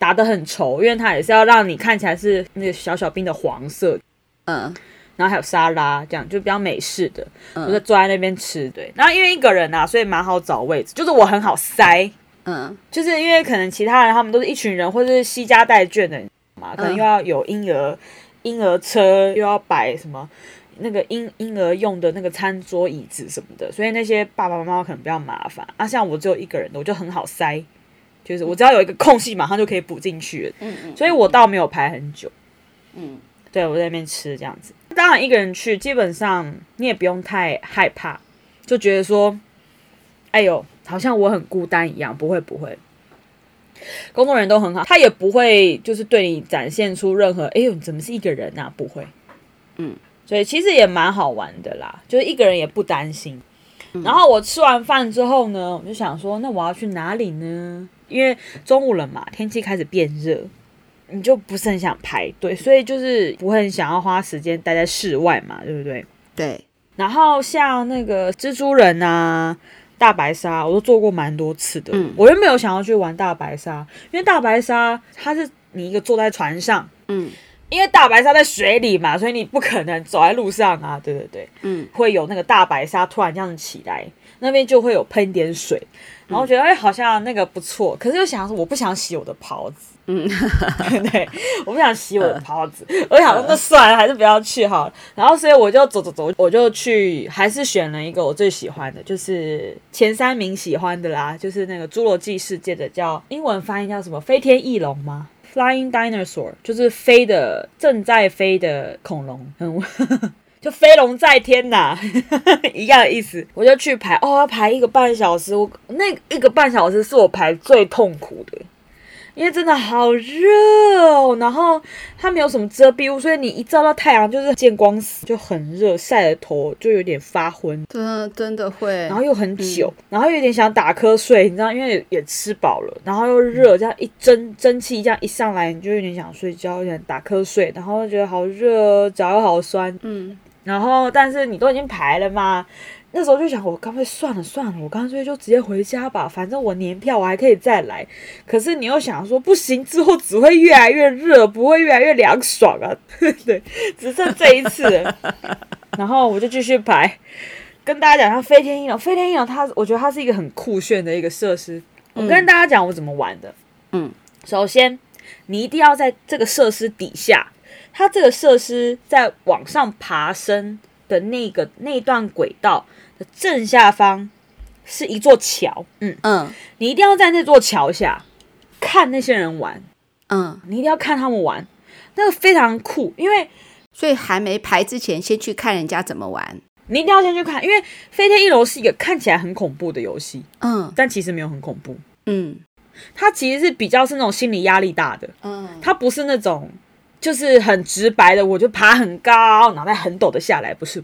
打得很稠，因为它也是要让你看起来是那个小小兵的黄色。然后还有沙拉，这样就比较美式的，我就坐在那边吃。对，然后因为一个人啊，所以蛮好找位置，就是我很好塞。就是因为可能其他人他们都是一群人，或者是惜家带眷的嘛，可能又要有婴儿车，又要摆什么那个婴儿用的那个餐桌椅子什么的，所以那些爸爸妈妈可能比较麻烦啊。像我只有一个人的，我就很好塞，就是我只要有一个空隙，马上就可以补进去了。所以我倒没有排很久。对，我在那边吃这样子。当然一个人去，基本上你也不用太害怕，就觉得说，哎呦，好像我很孤单一样。不会，工作人员都很好，他也不会就是对你展现出任何，哎呦，你怎么是一个人啊？不会。所以其实也蛮好玩的啦，就是一个人也不担心。然后我吃完饭之后呢，我就想说，那我要去哪里呢？因为中午了嘛，天气开始变热。你就不是很想排队，所以就是不会很想要花时间待在室外嘛，对不对？ 对。 然后像那个蜘蛛人啊、大白鲨，我都做过蛮多次的。我原本有想要去玩大白鲨，因为大白鲨它是你一个坐在船上，因为大白鲨在水里嘛，所以你不可能走在路上啊，对对对，会有那个大白鲨突然这样起来，那边就会有喷点水，然后觉得好像那个不错，可是又想说我不想洗我的袍子。对，我不想洗我的袍子，我想说那算了，还是不要去好了。然后所以我就走，我就去，还是选了一个我最喜欢的，就是前3名喜欢的啦，就是那个侏罗纪世界的，叫英文翻译叫什么？飞天翼龙吗？Flying Dinosaur， 就是飞的正在飞的恐龙，就飞龙在天呐，一样的意思。我就去排，要排1个半小时，那1个半小时是我排最痛苦的。因为真的好热哦，然后它没有什么遮蔽物，所以你一照到太阳就是见光死，就很热，晒得头就有点发昏， 真的会， 然后又很久，然后有点想打瞌睡，你知道，因为也吃饱了，然后又热，这样一蒸汽这样一上来，你就有点想睡觉，有点打瞌睡，然后觉得好热，脚又好酸，然后但是你都已经排了嘛。那时候就想，我干脆算了，我干脆就直接回家吧，反正我年票我还可以再来。可是你又想说，不行，之后只会越来越热，不会越来越凉爽啊。对，只剩这一次了。然后我就继续排，跟大家讲，像飞天翼龙，我觉得它是一个很酷炫的一个设施。我跟大家讲我怎么玩的。首先你一定要在这个设施底下，它这个设施在往上爬升的那段轨道的正下方是一座桥，你一定要在那座桥下看那些人玩，你一定要看他们玩，那个非常酷，因为所以还没排之前先去看人家怎么玩， 你一定要先去看，因为飞天翼龙是一个看起来很恐怖的游戏，但其实没有很恐怖，它其实是比较是那种心理压力大的，它不是那种就是很直白的，我就爬很高，脑袋很陡的下来，不是。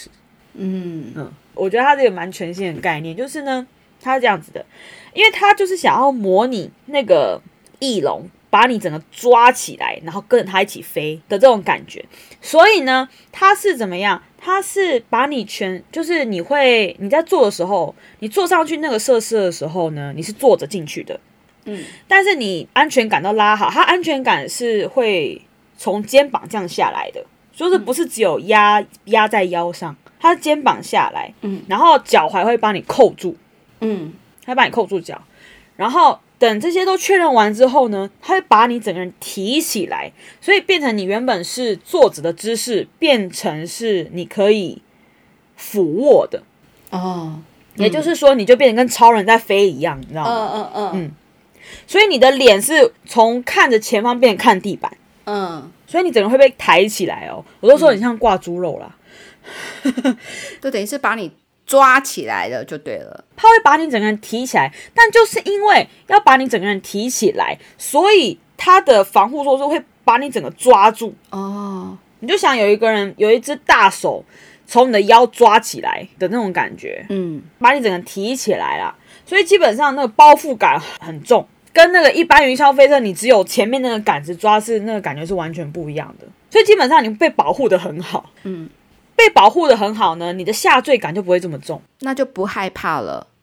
我觉得它这个蛮全新的概念，就是呢，它是这样子的，因为它就是想要模拟那个翼龙把你整个抓起来，然后跟着它一起飞的这种感觉。所以呢，它是怎么样？它是把你就是你在做的时候，你坐上去那个设施的时候呢，你是坐着进去的，但是你安全感都拉好，它安全感是会从肩膀这样下来的，就是不是只有压在腰上，它肩膀下来，然后脚踝会帮你扣住，它会帮你扣住脚，然后等这些都确认完之后呢，它会把你整个人提起来，所以变成你原本是坐着的姿势，变成是你可以俯卧的，也就是说你就变成跟超人在飞一样，你知道吗？所以你的脸是从看着前方变成看地板，所以你整个会被抬起来哦。我都说很像挂猪肉啦， 就等于是把你抓起来了就对了。 它会把你整个人提起来，但就是因为要把你整个人提起来，所以它的防护措施会把你整个抓住。你就想有一只大手从你的腰抓起来的那种感觉，把你整个提起来啦。所以基本上那个包覆感很重，跟那个一般云霄飞车你只有前面那个杆子抓是那个感觉是完全不一样的。所以基本上你被保护得很好，被保护得很好呢，你的下坠感就不会这么重， 那就不害怕了。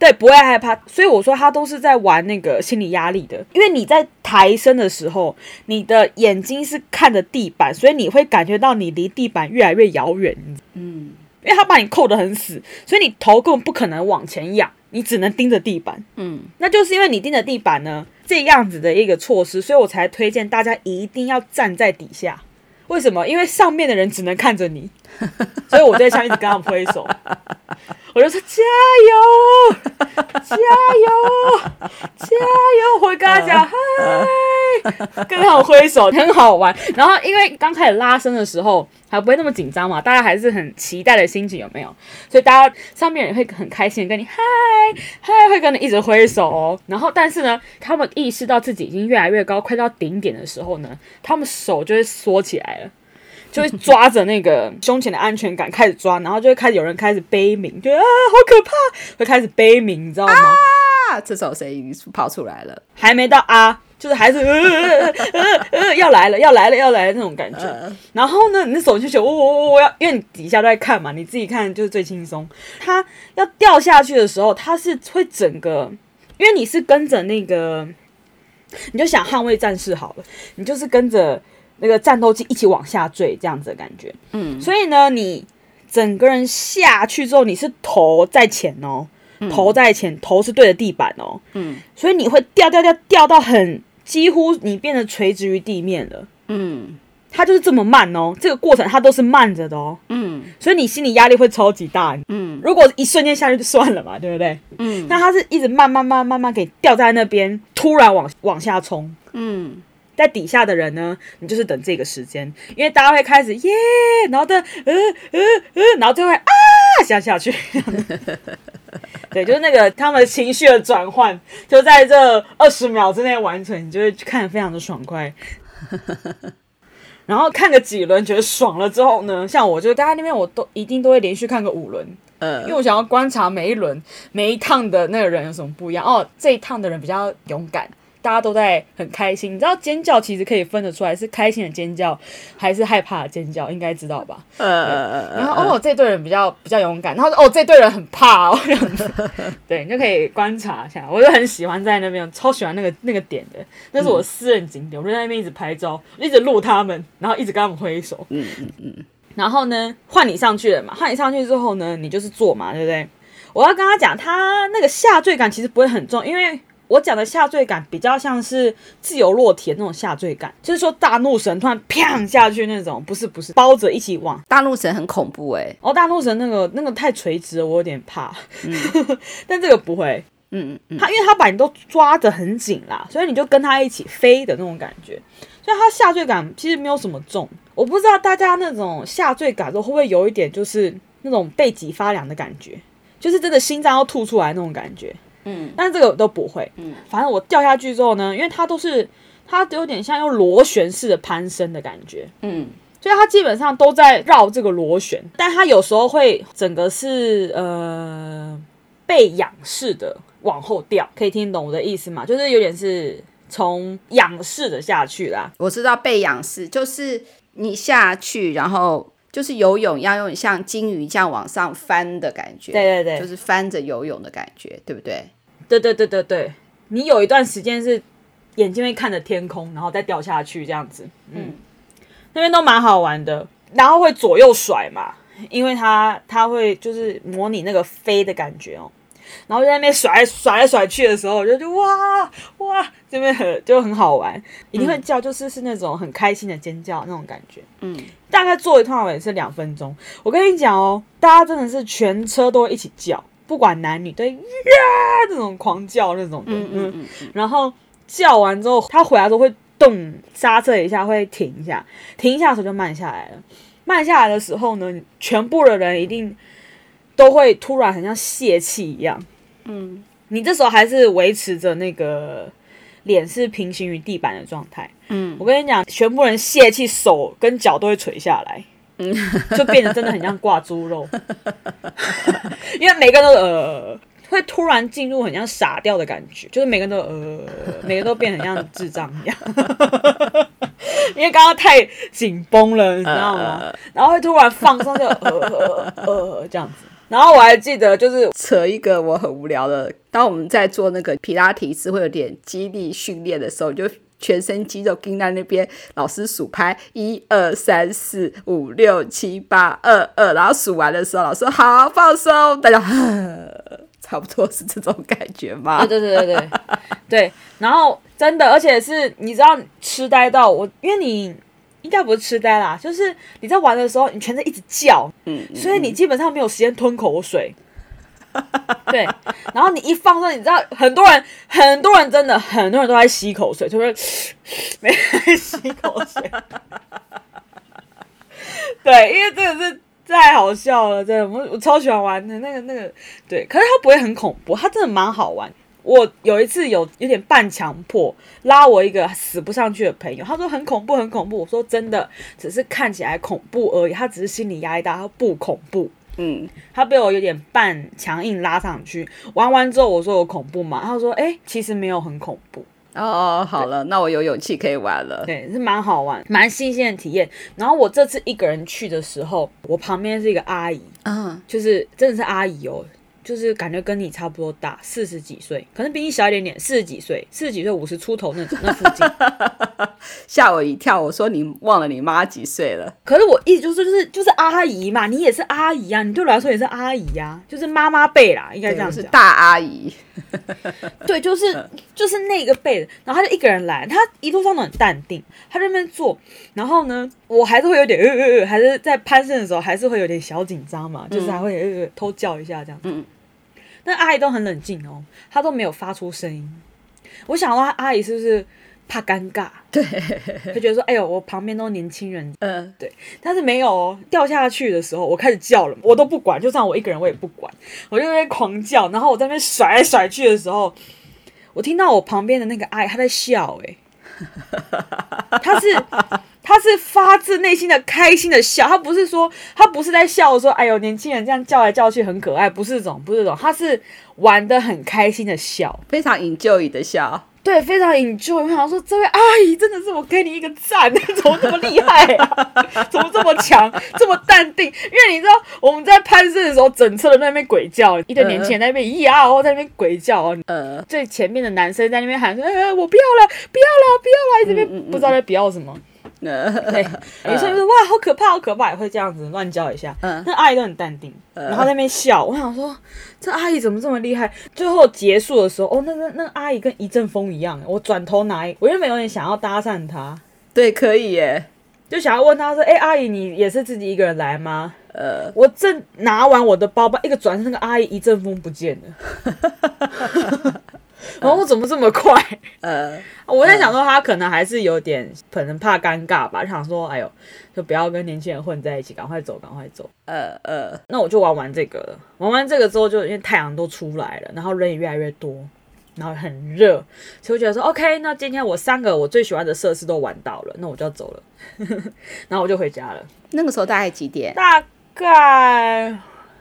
对，不会害怕。所以我说他都是在玩那个心理压力的，因为你在抬升的时候，你的眼睛是看着地板，所以你会感觉到你离地板越来越遥远。因为他把你扣得很死，所以你头根本不可能往前仰，你只能盯着地板。那就是因为你盯着地板呢，这样子的一个措施，所以我才推荐大家一定要站在底下。为什么？因为上面的人只能看着你，所以我在下面一直跟他们挥手，我就说加油，加油，加油！我会跟他讲嗨，跟他们挥手，很好玩。然后因为刚开始拉伸的时候还不会那么紧张嘛，大家还是很期待的心情，有没有？所以大家上面人会很开心的跟你嗨嗨，会跟你一直挥手哦。然后但是呢，他们意识到自己已经越来越高，快到顶点的时候呢，他们手就会缩起来了。就会抓着那个胸前的安全感开始抓，然后就会开始有人开始悲鸣，觉得啊好可怕，会开始悲鸣，你知道吗？ 这首声音跑出来了， 还没到啊，就是还是要来了，要来了，要来了那种感觉。然后呢，你的手就觉得我要，因为你底下都在看嘛，你自己看就是最轻松。它要掉下去的时候，它是会整个，因为你是跟着那个，你就想捍卫战士好了，你就是跟着那个战斗机一起往下坠这样子的感觉。所以呢，你整个人下去之后，你是头在前哦，头在前，头是对着地板哦。所以你会掉到很几乎你变得垂直于地面了。它就是这么慢哦，这个过程它都是慢着的哦。所以你心理压力会超级大。如果一瞬间下去就算了嘛，对不对？那它是一直慢慢给掉在那边，突然往下冲。在底下的人呢，你就是等这个时间，因为大家会开始耶，然后然后就会下去。对，就是那个他们情绪的转换，就在这20秒之内完成，你就会看得非常的爽快。然后看个几轮觉得爽了之后呢，像我就待在那边，我都一定都会连续看个5轮。因为我想要观察每一轮每一趟的那个人有什么不一样。这一趟的人比较勇敢，大家都在很开心。你知道尖叫其实可以分得出来是开心的尖叫还是害怕的尖叫，应该知道吧？然后这队人比较勇敢，然后这队人很怕哦，这样子。对，你就可以观察一下。我就很喜欢在那边，超喜欢那个点的，那是我的私人景点。我就在那边一直拍照，一直录他们，然后一直跟他们挥手。然后呢，换你上去了嘛？换你上去之后呢，你就是坐嘛，对不对？我要跟他讲，他那个下坠感其实不会很重，因为我讲的下坠感比较像是自由落体的那种下坠感，就是说大怒神突然啪下去那种，不是包着一起往。 大怒神很恐怖大怒神那个太垂直了，我有点怕。但这个不会。他因为他把你都抓得很紧啦，所以你就跟他一起飞的那种感觉，所以他下坠感其实没有什么重。我不知道大家那种下坠感都会不会有一点就是那种背脊发凉的感觉，就是真的心脏要吐出来那种感觉。但是这个都不会。反正我掉下去之后呢，因为它有点像用螺旋式的攀升的感觉。所以它基本上都在绕这个螺旋，但它有时候会整个是背仰式的往后掉，可以听懂我的意思吗？就是有点是从仰式的下去啦。 我知道背仰式就是你下去，然后就是游泳要用像金鱼这样往上翻的感觉。 对， 就是翻着游泳的感觉，对不对？ 对，你有一段时间是眼睛会看着天空，然后再掉下去这样子。那边都蛮好玩的，然后会左右甩嘛，因为它会就是模拟那个飞的感觉哦。然后在那边甩来甩去的时候，我就哇，这边就很好玩，一定会叫，就是那种很开心的尖叫那种感觉。大概做一趟也是2分钟。我跟你讲哦，大家真的是全车都会一起叫，不管男女都呀这种狂叫那种的。然后叫完之后，他回来之后会动刹车一下，会停一下，停一下的时候就慢下来了。慢下来的时候呢，全部的人一定都会突然很像泄气一样。你这时候还是维持着那个脸是平行于地板的状态。我跟你讲，全部人泄气，手跟脚都会垂下来。就变得真的很像挂猪肉。因为每个人都会突然进入很像傻掉的感觉，就是每个人都每个都变得很像智障一样。因为刚刚太紧绷了，你知道吗？然后会突然放松，就这样子。 然后我还记得就是扯一个我很无聊的，当我们在做那个皮拉提斯会有点肌力训练的时候，就全身肌肉盯在那边，老师数拍1、2、3、4、5、6、7、8、2、2，然后数完的时候，老师好放松，大家差不多是这种感觉吗？ 对，然后真的，而且是你知道痴呆到我，因为你应该不是痴呆啦，就是你在玩的时候，你全身一直叫，所以你基本上没有时间吞口水。对，然后你一放松，你知道很多人真的很多人都在吸口水，就是没在吸口水。对，因为这个是太好笑了，真的，我超喜欢玩的那个，对，可是它不会很恐怖，它真的蛮好玩。我有一次有点半强迫拉我一个死不上去的朋友，他说很恐怖很恐怖，我说真的只是看起来恐怖而已，他只是心理压力大，他不恐怖。他被我有点半强硬拉上去，玩完之后我说有恐怖吗？他说其实没有很恐怖。 哦，好了，那我有勇气可以玩了。 对，是蛮好玩，蛮新鲜的体验。然后我这次一个人去的时候，我旁边是一个阿姨，就是真的是阿姨哦，就是感觉跟你差不多大，40几岁，可能比你小一点点，40几岁，50出头那种，那附近。 吓我一跳，我说你忘了你妈几岁了？ 可是我意思就是阿姨嘛，你也是阿姨啊，你对我来说也是阿姨啊，就是妈妈辈啦，应该这样讲， 是大阿姨。 对，就是那个辈的，然后他就一个人来，他一路上都很淡定，他在那边坐，然后呢，我还是会有点还是在攀升的时候还是会有点小紧张嘛，就是还会偷叫一下这样子。那阿姨都很冷静哦，她都没有发出声音。我想问阿姨是不是怕尴尬？ 对， 就觉得说，哎呦，我旁边都年轻人，对，但是没有哦。掉下去的时候，我开始叫了，我都不管，就算我一个人，我也不管，我就在那边狂叫。然后我在那边甩来甩去的时候，我听到我旁边的那个阿姨她在笑，他是发自内心的开心的笑，他不是在笑说，哎呦，年轻人这样叫来叫去很可爱，不是这种，他是玩得很开心的笑， 非常 enjoy 的笑。 对，非常 enjoy。我想说，这位阿姨真的是我给你一个赞，怎么这么厉害啊？怎么这么强，这么淡定？因为你知道我们在攀升的时候，整车的在那边鬼叫，一堆年轻人在那边呀哦，在那边鬼叫哦。最前面的男生在那边喊说：“我不要了，不要了，不要了！”一直边不知道在不要什么。对，女生就说：“哇，好可怕，好可怕！”也会这样子乱叫一下。那阿姨都很淡定，然后在那边笑。我想说，这阿姨怎么这么厉害？最后结束的时候，那个阿姨跟一阵风一样。我转头我原本有点想要搭讪她， 对，可以耶， 就想要问她说：“阿姨，你也是自己一个人来吗？”我正拿完我的包包，一个转身，那个阿姨一阵风不见了。然后我怎么这么快？我在想说他可能还是有点，可能怕尴尬吧，想说哎呦，就不要跟年轻人混在一起，赶快走，赶快走。那我就玩这个了。玩完这个之后，就因为太阳都出来了，然后人也越来越多，然后很热，所以我觉得说 OK， 那今天我3个我最喜欢的设施都玩到了，那我就要走了。然后我就回家了。 那个时候大概几点？ 大概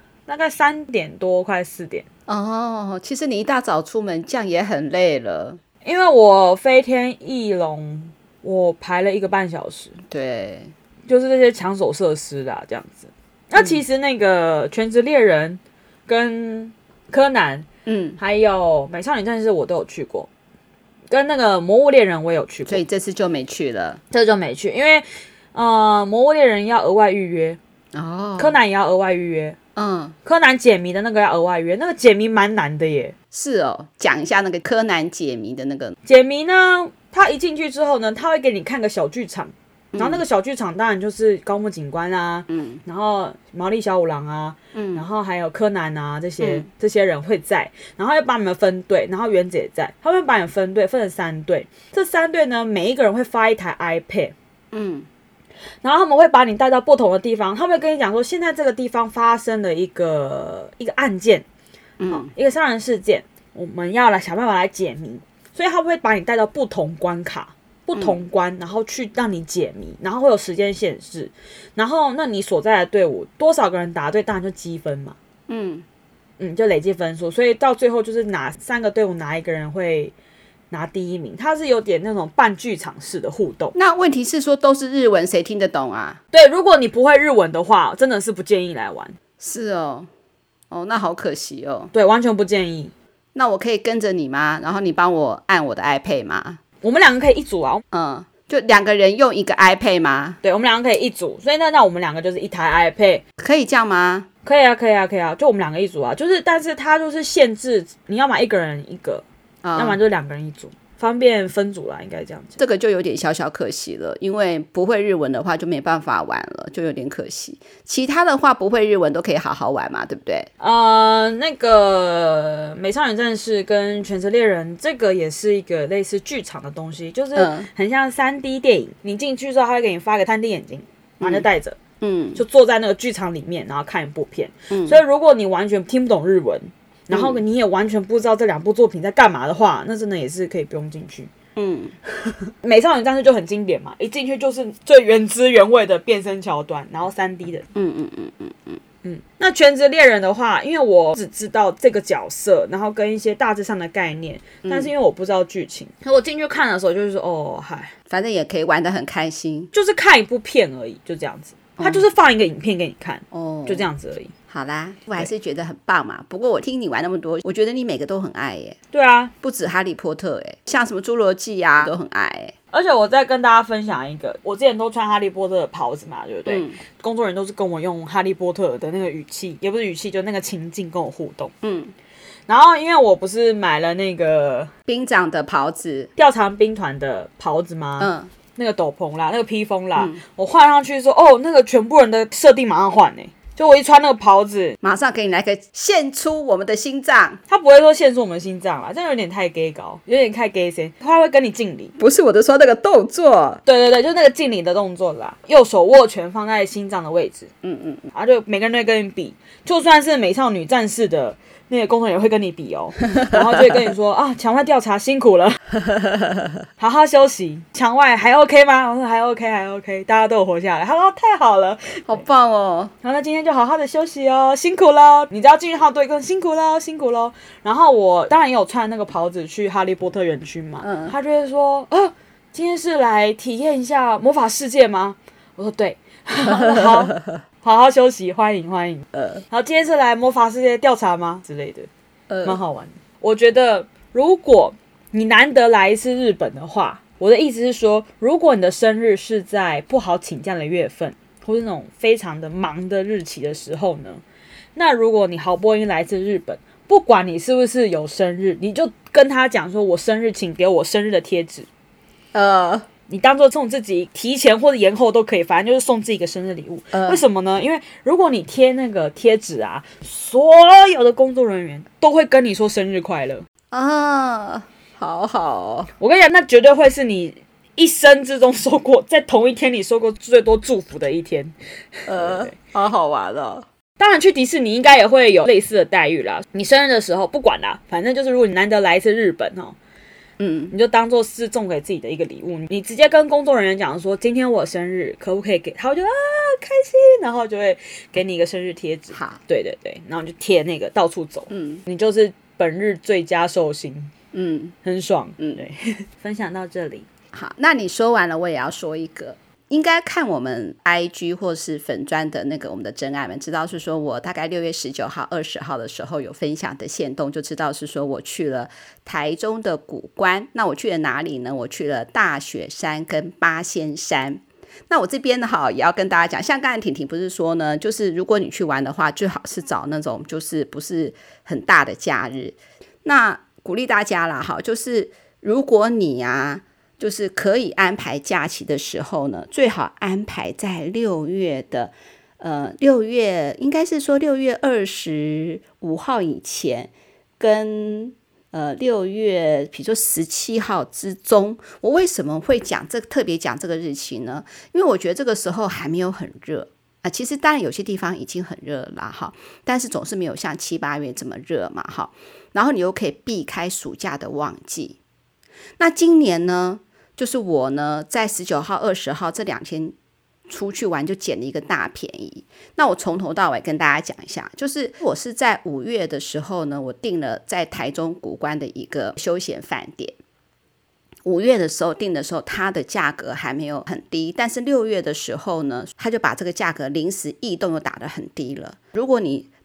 3点多，快4点。 哦，其实你一大早出门，这样也很累了。 因为我飞天翼龙，我排了1个半小时。 对， 就是这些抢手设施啦，这样子。那其实那个全职猎人跟柯南，还有美少女战士我都有去过，跟那个魔物猎人我也有去过， 所以这次就没去了。 这次就没去，因为魔物猎人要额外预约，柯南也要额外预约。柯南解谜的那个要额外约，那个解谜蛮难的耶。 是哦，讲一下那个柯南解谜的那个解谜呢，他一进去之后呢，他会给你看个小剧场，然后那个小剧场当然就是高木警官啊，然后毛利小五郎啊，然后还有柯南啊这些人会在，然后会把你们分队，然后原子也在，他们会把你们分队分成3队，这3队呢每一个人会发一台 iPad，然后他们会把你带到不同的地方，他们会跟你讲说，现在这个地方发生了一个案件，一个杀人事件，我们要来想办法来解谜，所以他们会把你带到不同关卡、不同关，然后去让你解谜，然后会有时间限制，然后那你所在的队伍多少个人答对，当然就积分嘛，就累积分数，所以到最后就是3个队伍哪一个人会拿第1名，它是有点那种半剧场式的互动。 那问题是说都是日文，谁听得懂啊？ 对，如果你不会日文的话，真的是不建议来玩。 是哦， 哦，那好可惜哦。 对，完全不建议。 那我可以跟着你吗？然后你帮我按我的 iPad 吗？ 我们两个可以一组啊。 就2个人用一个 iPad 吗？ 对，我们两个可以一组，所以那我们两个就是一台 iPad。 可以这样吗？ 可以啊，可以啊，可以啊，就我们两个一组啊。但是它就是限制，你要买1个人一个，要么就是2个人一组，方便分组啦，应该这样讲。 这个就有点小小可惜了，因为不会日文的话就没办法玩了，就有点可惜。其他的话不会日文都可以好好玩嘛，对不对？ 那个美少女战士跟全职猎人，这个也是一个类似剧场的东西，就是很像3D 电影。你进去之后，他会给你发个 3D 眼镜，然后你就戴着，就坐在那个剧场里面，然后看一部片。所以如果你完全听不懂日文，然后你也完全不知道这2部作品在干嘛的话，那真的也是可以不用进去。美少女战士就很经典嘛，一进去就是最原汁原味的变身桥段，然后3D 的。那全职猎人的话，因为我只知道这个角色，然后跟一些大致上的概念，但是因为我不知道剧情，所以我进去看的时候就是说， 反正也可以玩得很开心， 就是看一部片而已，就这样子。他就是放一个影片给你看，就这样子而已。 好啦，我还是觉得很棒嘛。不过我听你玩那么多，我觉得你每个都很爱耶。 对啊， 不止哈利波特耶，像什么侏罗纪啊都很爱耶。 而且我再跟大家分享一个，我之前都穿哈利波特的袍子嘛，对不对？工作人员都是跟我用哈利波特的那个语气，也不是语气，就那个情境跟我互动。然后因为我不是买了那个兵长的袍子， 调查兵团的袍子吗？那个斗篷啦，那个披风啦，我换上去说，那个全部人的设定马上换欸。就我一穿那个袍子， 马上给你来个献出我们的心脏。 他不会说献出我们的心脏啦，这样有点太 gay 搞，有点太 gay 森。他会跟你敬礼， 不是我的说那个动作。 对，就那个敬礼的动作啦，右手握拳放在心脏的位置。然后就每个人都会跟你比，就算是美少女战士的那个工作人员会跟你比哦，然后就会跟你说墙外调查辛苦了，好好休息。墙外还 OK 吗？我说还 OK， 还 OK， 大家都有活下来。他说太好了， 好棒哦。 然后那今天就好好的休息哦，辛苦咯。你只要进去号队跟辛苦咯，辛苦咯。然后我当然也有穿那个袍子去哈利波特园区嘛，他就会说今天是来体验一下魔法世界吗？我说对，好。好好休息，欢迎。然后今天是来魔法世界调查吗？之类的，蛮好玩的。我觉得如果你难得来一次日本的话，我的意思是说，如果你的生日是在不好请假的月份，或是那种非常的忙的日期的时候呢，那如果你好不容易来一次日本，不管你是不是有生日，你就跟他讲说，我生日请给我生日的贴纸。你当做送自己提前或者延后都可以，反正就是送自己一个生日礼物。为什么呢？因为如果你贴那个贴纸啊，所有的工作人员都会跟你说生日快乐好好。 我跟你讲，那绝对会是你一生之中收过，在同一天你收过最多祝福的一天。 好好玩哦。 当然去迪士尼应该也会有类似的待遇啦。你生日的时候不管啦，反正就是如果你难得来一次日本你就当做是送给自己的一个礼物，你直接跟工作人员讲说，今天我生日，可不可以给他？我就开心，然后就会给你一个生日贴纸。 好， 对，然后你就贴那个到处走，你就是本日最佳寿星，很爽，对。分享到这里， 好，那你说完了，我也要说一个。应该看我们 IG 或是粉专的那个我们的真爱们知道是说我大概6月19号20号的时候有分享的限动，就知道是说我去了台中的古关。那我去了哪里呢？我去了大雪山跟八仙山。那我这边呢也要跟大家讲，像刚才婷婷不是说呢，就是如果你去玩的话，最好是找那种就是不是很大的假日。那鼓励大家啦，就是如果你就是可以安排假期的时候呢，最好安排在6月的6月应该是说6月25号以前，跟6月比如说17号之中。我为什么会特别讲这个日期呢？因为我觉得这个时候还没有很热其实当然有些地方已经很热了但是总是没有像7、8月这么热嘛然后你又可以避开暑假的旺季。那今年呢，就是我呢在19号20号这2天出去玩就捡了一个大便宜。那我从头到尾跟大家讲一下，就是我是在5月的时候呢，我订了在台中古关的一个休闲饭店。5月的时候订的时候，它的价格还没有很低，但是6月的时候呢，它就把这个价格临时异动又打得很低了。如果你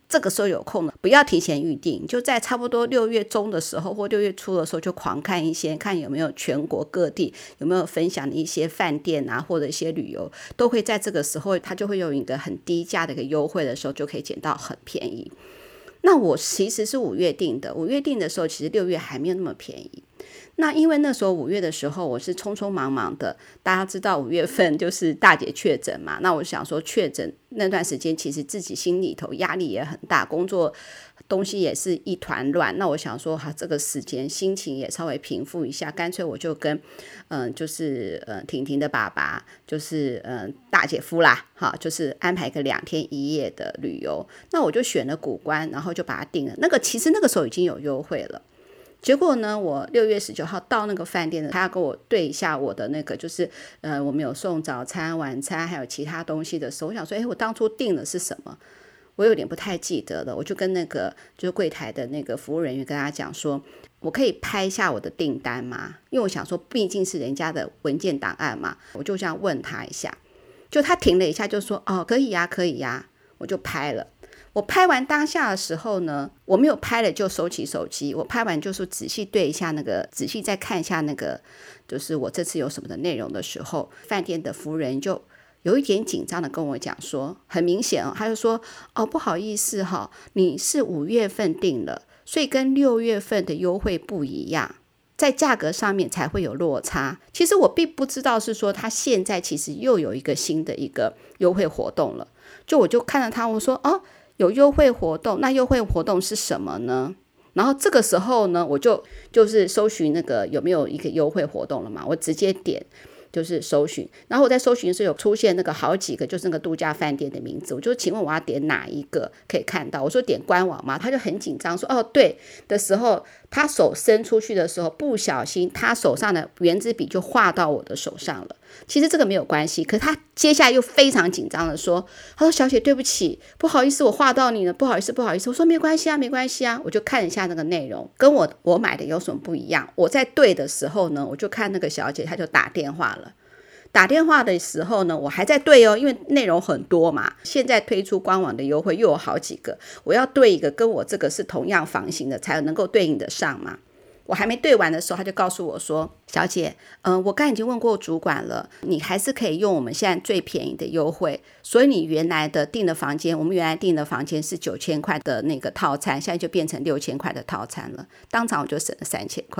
这个时候有空了，不要提前预定，就在差不多6月中的时候或6月初的时候就狂看一些，看有没有全国各地有没有分享的一些饭店啊，或者一些旅游，都会在这个时候它就会有一个很低价的一个优惠的时候，就可以捡到很便宜。那我其实是5月订的，5月订的时候其实6月还没有那么便宜。那因为那时候5月的时候我是匆匆忙忙的，大家知道5月份就是大姐确诊嘛，那我想说确诊那段时间其实自己心里头压力也很大，工作东西也是一团乱，那我想说这个时间心情也稍微平复一下，干脆我就跟婷婷的爸爸就是大姐夫啦，就是安排个2天1夜的旅游，那我就选了古关，然后就把它订了，其实那个时候已经有优惠了。结果呢，我6月19号到那个饭店，他要跟我对一下我的那个，就是我们有送早餐、晚餐，还有其他东西的时候，我想说，我当初订的是什么？我有点不太记得了。我就跟那个就是柜台的那个服务人员跟他讲说，我可以拍一下我的订单吗？因为我想说，毕竟是人家的文件档案嘛，我就这样问他一下。就他停了一下，就说可以呀，可以呀，我就拍了。我拍完当下的时候呢，我没有拍了就收起手机，我拍完就是仔细对一下那个，仔细再看一下那个，就是我这次有什么的内容的时候，饭店的服务人就有一点紧张的跟我讲说，很明显他就说不好意思你是5月份订了，所以跟6月份的优惠不一样，在价格上面才会有落差。其实我并不知道是说他现在其实又有一个新的一个优惠活动了，我就看到他，我说有优惠活动，那优惠活动是什么呢？然后这个时候呢，我就是搜寻那个有没有一个优惠活动了嘛，我直接点就是搜寻，然后我在搜寻的时候有出现那个好几个就是那个度假饭店的名字，我就请问我要点哪一个可以看到，我说点官网嘛，他就很紧张说对的时候，他手伸出去的时候不小心他手上的圆珠笔就画到我的手上了，其实这个没有关系，可是他接下来又非常紧张的说，他说小姐对不起，不好意思我画到你了，不好意思，我说没关系啊，没关系啊，我就看一下那个内容跟我买的有什么不一样。我在对的时候呢，我就看那个小姐她就打电话了，打电话的时候呢，我还在对因为内容很多嘛，现在推出官网的优惠又有好几个，我要对一个跟我这个是同样房型的才能够对应得上嘛。我还没对完的时候，他就告诉我说，小姐我刚已经问过主管了，你还是可以用我们现在最便宜的优惠，所以你原来的订的房间，我们原来订的房间是9000块的那个套餐，现在就变成6000块的套餐了，当场我就省了3000块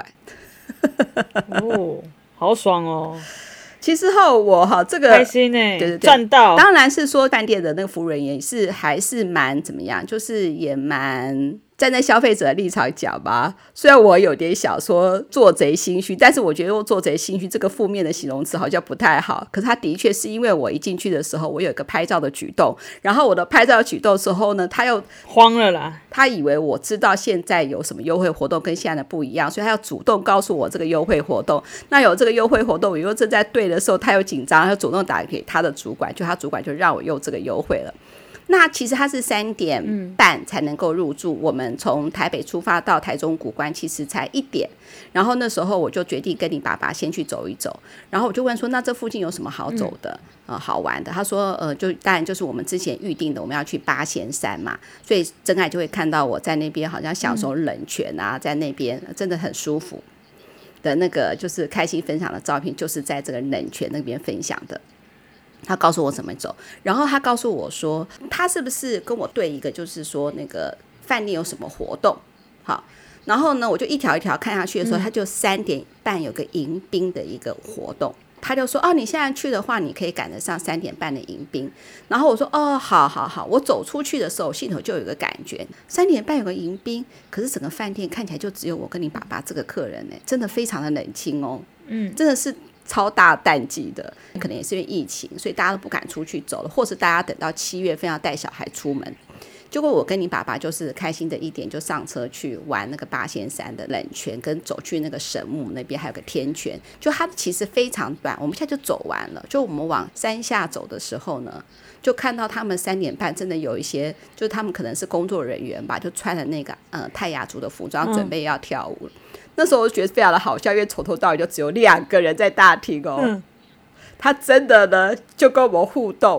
好爽哦。 其实我这个开心耶，对，赚到。 当然是说饭店的那个服务人员还是蛮怎么样，就是也蛮站在消费者的立场讲吧，虽然我有点想说做贼心虚，但是我觉得用做贼心虚这个负面的形容词好像不太好，可是他的确是因为我一进去的时候我有一个拍照的举动，然后我的拍照的举动的时候呢，他又慌了啦， 他以为我知道现在有什么优惠活动跟现在的不一样，所以他要主动告诉我这个优惠活动，那有这个优惠活动我又正在对的时候，他又紧张，他主动打给他的主管，就他主管就让我用这个优惠了。那其实它是3点半才能够入住，我们从台北出发到台中古关其实才1点，然后那时候我就决定跟你爸爸先去走一走，然后我就问说那这附近有什么好走的好玩的，他说就当然就是我们之前预定的，我们要去八仙山嘛，所以真爱就会看到我在那边好像享受冷泉啊，在那边真的很舒服的那个就是开心分享的照片，就是在这个冷泉那边分享的。他告诉我怎么走，然后他告诉我说他是不是跟我对一个就是说那个饭店有什么活动，好，然后呢我就一条一条看下去的时候，他就3点半有个迎宾的一个活动，他就说你现在去的话你可以赶得上3点半的迎宾，然后我说好，我走出去的时候心头就有一个感觉，3点半有个迎宾，可是整个饭店看起来就只有我跟你爸爸这个客人真的非常的冷清真的是超大淡季的，可能也是因为疫情，所以大家都不敢出去走了，或是大家等到7月份要带小孩出门。结果我跟你爸爸就是开心的一点，就上车去玩那个八仙山的冷泉，跟走去那个神木那边还有个天泉，就它其实非常短，我们现在就走完了。就我们往山下走的时候呢，就看到他们3点半真的有一些，就是他们可能是工作人员吧，就穿了那个泰雅族的服装，准备要跳舞了。那时候我觉得非常的好笑，因为从头到尾就只有2个人在大厅他真的呢就跟我们互动，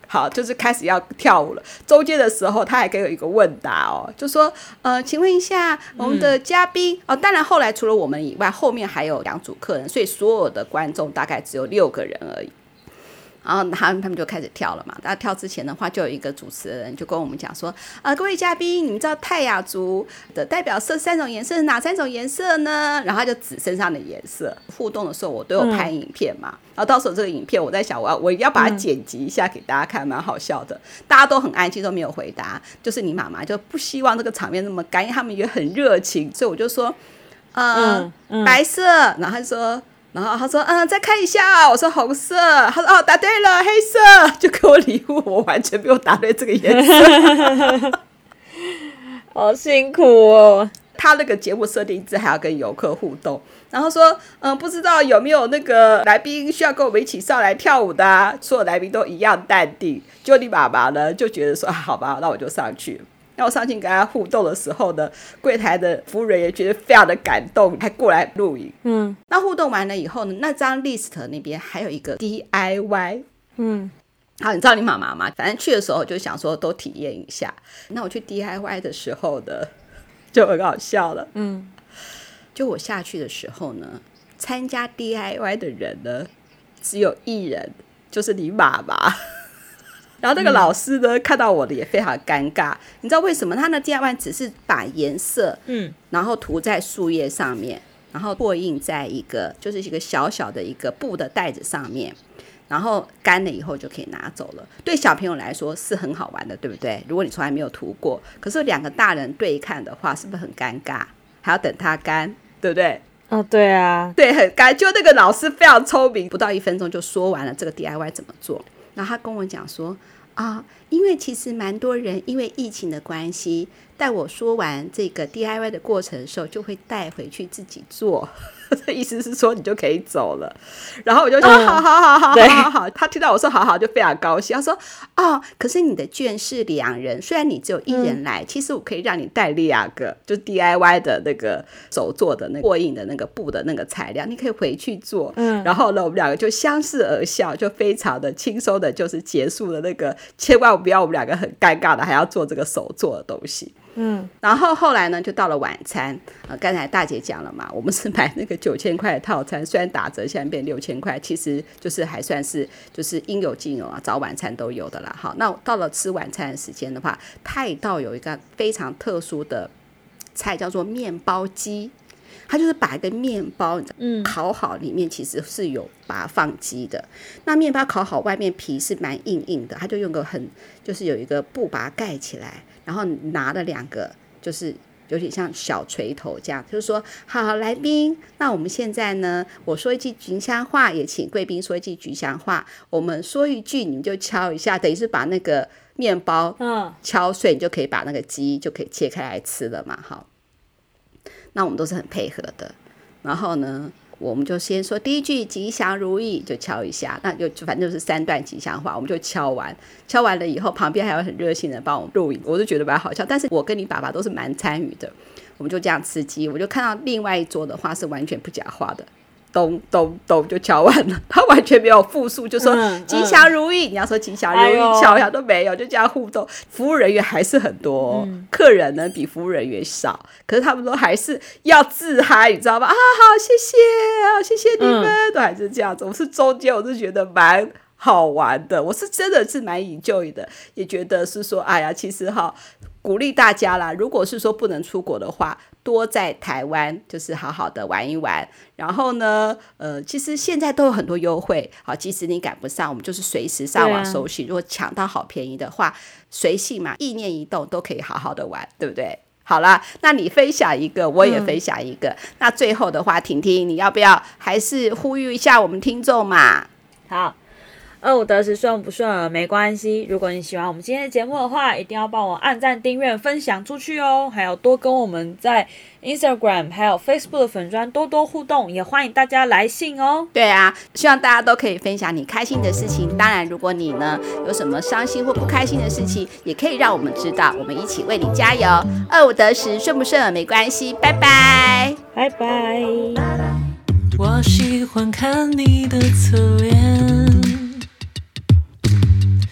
好，就是开始要跳舞了。中间的时候，他还给我一个问答哦，就说请问一下我们的嘉宾哦，当然后来除了我们以外，后面还有2组客人，所以所有的观众大概只有6个人而已。然后他们就开始跳了嘛。那跳之前的话，就有一个主持人就跟我们讲说，各位嘉宾，你们知道泰雅族的代表色3种颜色是哪3种颜色呢？然后他就指身上的颜色。互动的时候我都有拍影片嘛，然后到时候这个影片我在想我要把它剪辑一下给大家看，蛮好笑的。大家都很安静，都没有回答，就是你妈妈就不希望这个场面那么干，因为他们也很热情，所以我就说白色，然后他就说。然后他说再看一下我说红色，他说答对了，黑色，就给我礼物，我完全没有答对这个颜色好辛苦哦。 他那个节目设定一直还要跟游客互动，然后说不知道有没有那个来宾需要跟我们一起上来跳舞的啊，所有来宾都一样淡定，就你爸爸呢就觉得说好吧，那我就上去。然后上去跟他互动的时候呢，柜台的服务人员觉得非常的感动，还过来录影。那互动完了以后呢，那张 list 那边还有一个 DIY。好，你知道你妈妈吗？反正去的时候就想说都体验一下。那我去 DIY 的时候呢，就很好笑了。就我下去的时候呢，参加 DIY 的人呢，只有1人，就是你妈妈。然后那个老师呢，看到我的也非常尴尬，你知道为什么？他那 DIY 只是把颜色，然后涂在树叶上面，然后拓印在一个就是一个小小的一个布的袋子上面，然后干了以后就可以拿走了。对小朋友来说是很好玩的，对不对？如果你从来没有涂过，可是2个大人对看的话，是不是很尴尬？还要等它干，对不对？ 对啊， 对，很干。就那个老师非常聪明，不到1分钟就说完了这个 DIY 怎么做。然后他跟我讲说因为其实蛮多人因为疫情的关系，带我说完这个 DIY 的过程的时候，就会带回去自己做。这意思是说你就可以走了。然后我就说好，他听到我说好就非常高兴。他说可是你的券是2人，虽然你只有1人来，其实我可以让你带2个，就是 DIY 的那个手做的那个拓印的那个布的那个材料，你可以回去做。然后呢，我们2个就相视而笑，就非常的轻松的，就是结束了那个，千万不要我们2个很尴尬的还要做这个手做的东西。然后后来呢就到了晚餐。刚才大姐讲了嘛，我们是买那个9000块的套餐，虽然打折现在变6000块，其实就是还算是就是应有尽有啊，早晚餐都有的啦。好，那到了吃晚餐的时间的话，泰道有一个非常特殊的菜叫做面包鸡。它就是把一个面包烤好，里面其实是有把它放鸡的。那面包烤好，外面皮是蛮硬硬的，它就用个就是有一个布把它盖起来，然后拿了2个就是有点像小锤头这样，就是说好来宾，那我们现在呢，我说一句吉祥话，也请贵宾说一句吉祥话，我们说一句你们就敲一下，等于是把那个面包敲碎，你就可以把那个鸡就可以切开来吃了嘛。好，那我们都是很配合的。然后呢，我们就先说第一句吉祥如意，就敲一下，那就反正就是3段吉祥话，我们就敲完了以后，旁边还有很热心的帮我们录影，我就觉得蛮好笑。但是我跟你爸爸都是蛮参与的，我们就这样吃鸡。我就看到另外一桌的话是完全不讲话的，咚咚咚就敲完了，他完全没有复述，就说吉祥如意，你要说吉祥如意敲一下都没有，就这样互动。服务人员还是很多客人呢比服务人员少，可是他们都还是要自嗨，你知道吗？好，谢谢你们，都还是这样子。我是中间，我是觉得蛮好玩的，我是真的是蛮enjoy的，也觉得是说哎呀，其实鼓励大家啦，如果是说不能出国的话，多在台湾就是好好的玩一玩。然后呢其实现在都有很多优惠，好，即使你赶不上，我们就是随时上网搜寻，如果抢到好便宜的话，随性嘛，意念一动都可以好好的玩，对不对？好啦，那你分享一个，我也分享一个，那最后的话，婷婷你要不要还是呼吁一下我们听众嘛？ 好，25得10顺不顺耳没关系，如果你喜欢我们今天的节目的话，一定要帮我按赞订阅分享出去哦，还有多跟我们在 Instagram 还有 Facebook 的粉专多多互动，也欢迎大家来信哦。 对啊，希望大家都可以分享你开心的事情，当然如果你呢有什么伤心或不开心的事情，也可以让我们知道，我们一起为你加油。25得10顺不顺耳没关系，拜拜拜拜。 我喜欢看你的侧脸，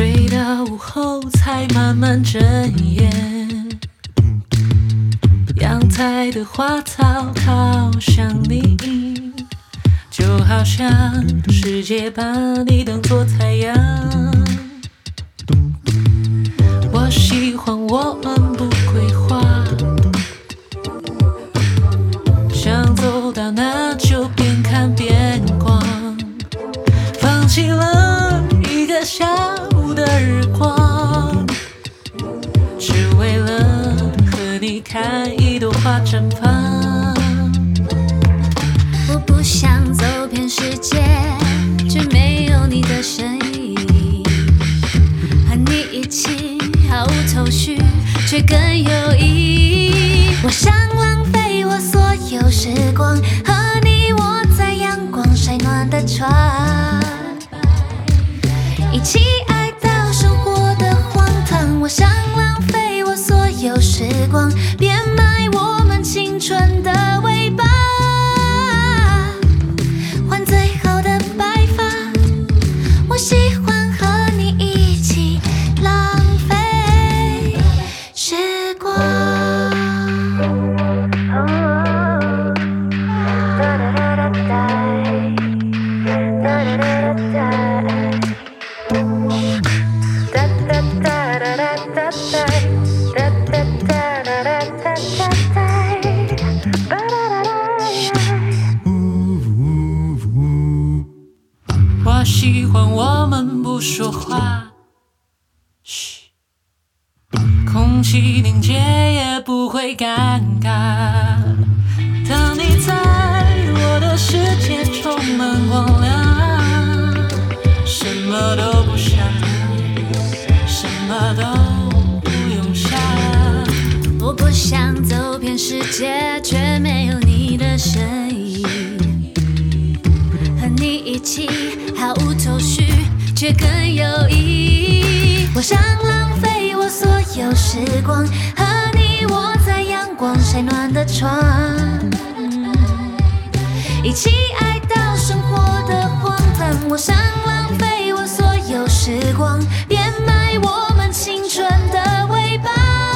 睡到午后才慢慢睁眼，阳台的花草靠向你，就好像世界把你当作太阳。我喜欢我们不规划，想走到哪就边看边逛，放弃了一个下午的日光，只为了和你看一朵花绽放。 我不想走遍世界，却没有你的身影，和你一起毫无头绪，却更有意义。我想浪费我所有时光，和你窝在阳光晒暖的床，一起爱到生活的荒唐。我想浪费我所有时光，变卖我们青春的尾巴，换最后的白发。我喜欢和你一起浪费时光。 我喜欢我们不说话，嘘，空气凝结也不会尴尬。当你在我的世界充满光亮，什么都不想，什么都不用想。 我不想走遍世界，却没有你的身影，和你一起毫无头绪，却更有意义。我想浪费我所有时光，和你窝在阳光晒暖的床，一起爱到生活的荒唐。我想浪费我所有时光，变卖我们青春的尾巴，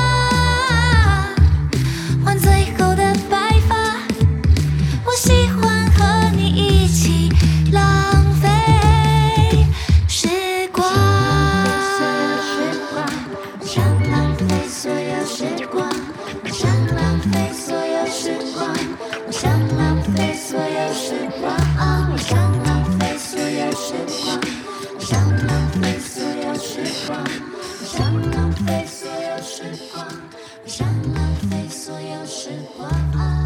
换最后的白发。我喜欢和你一起浪费时光，想浪费所有时光，想浪费所有时光，我想浪费所有时光，我想浪费所有时光，想浪费所有时光，想浪费所有时光，想浪费所有时光。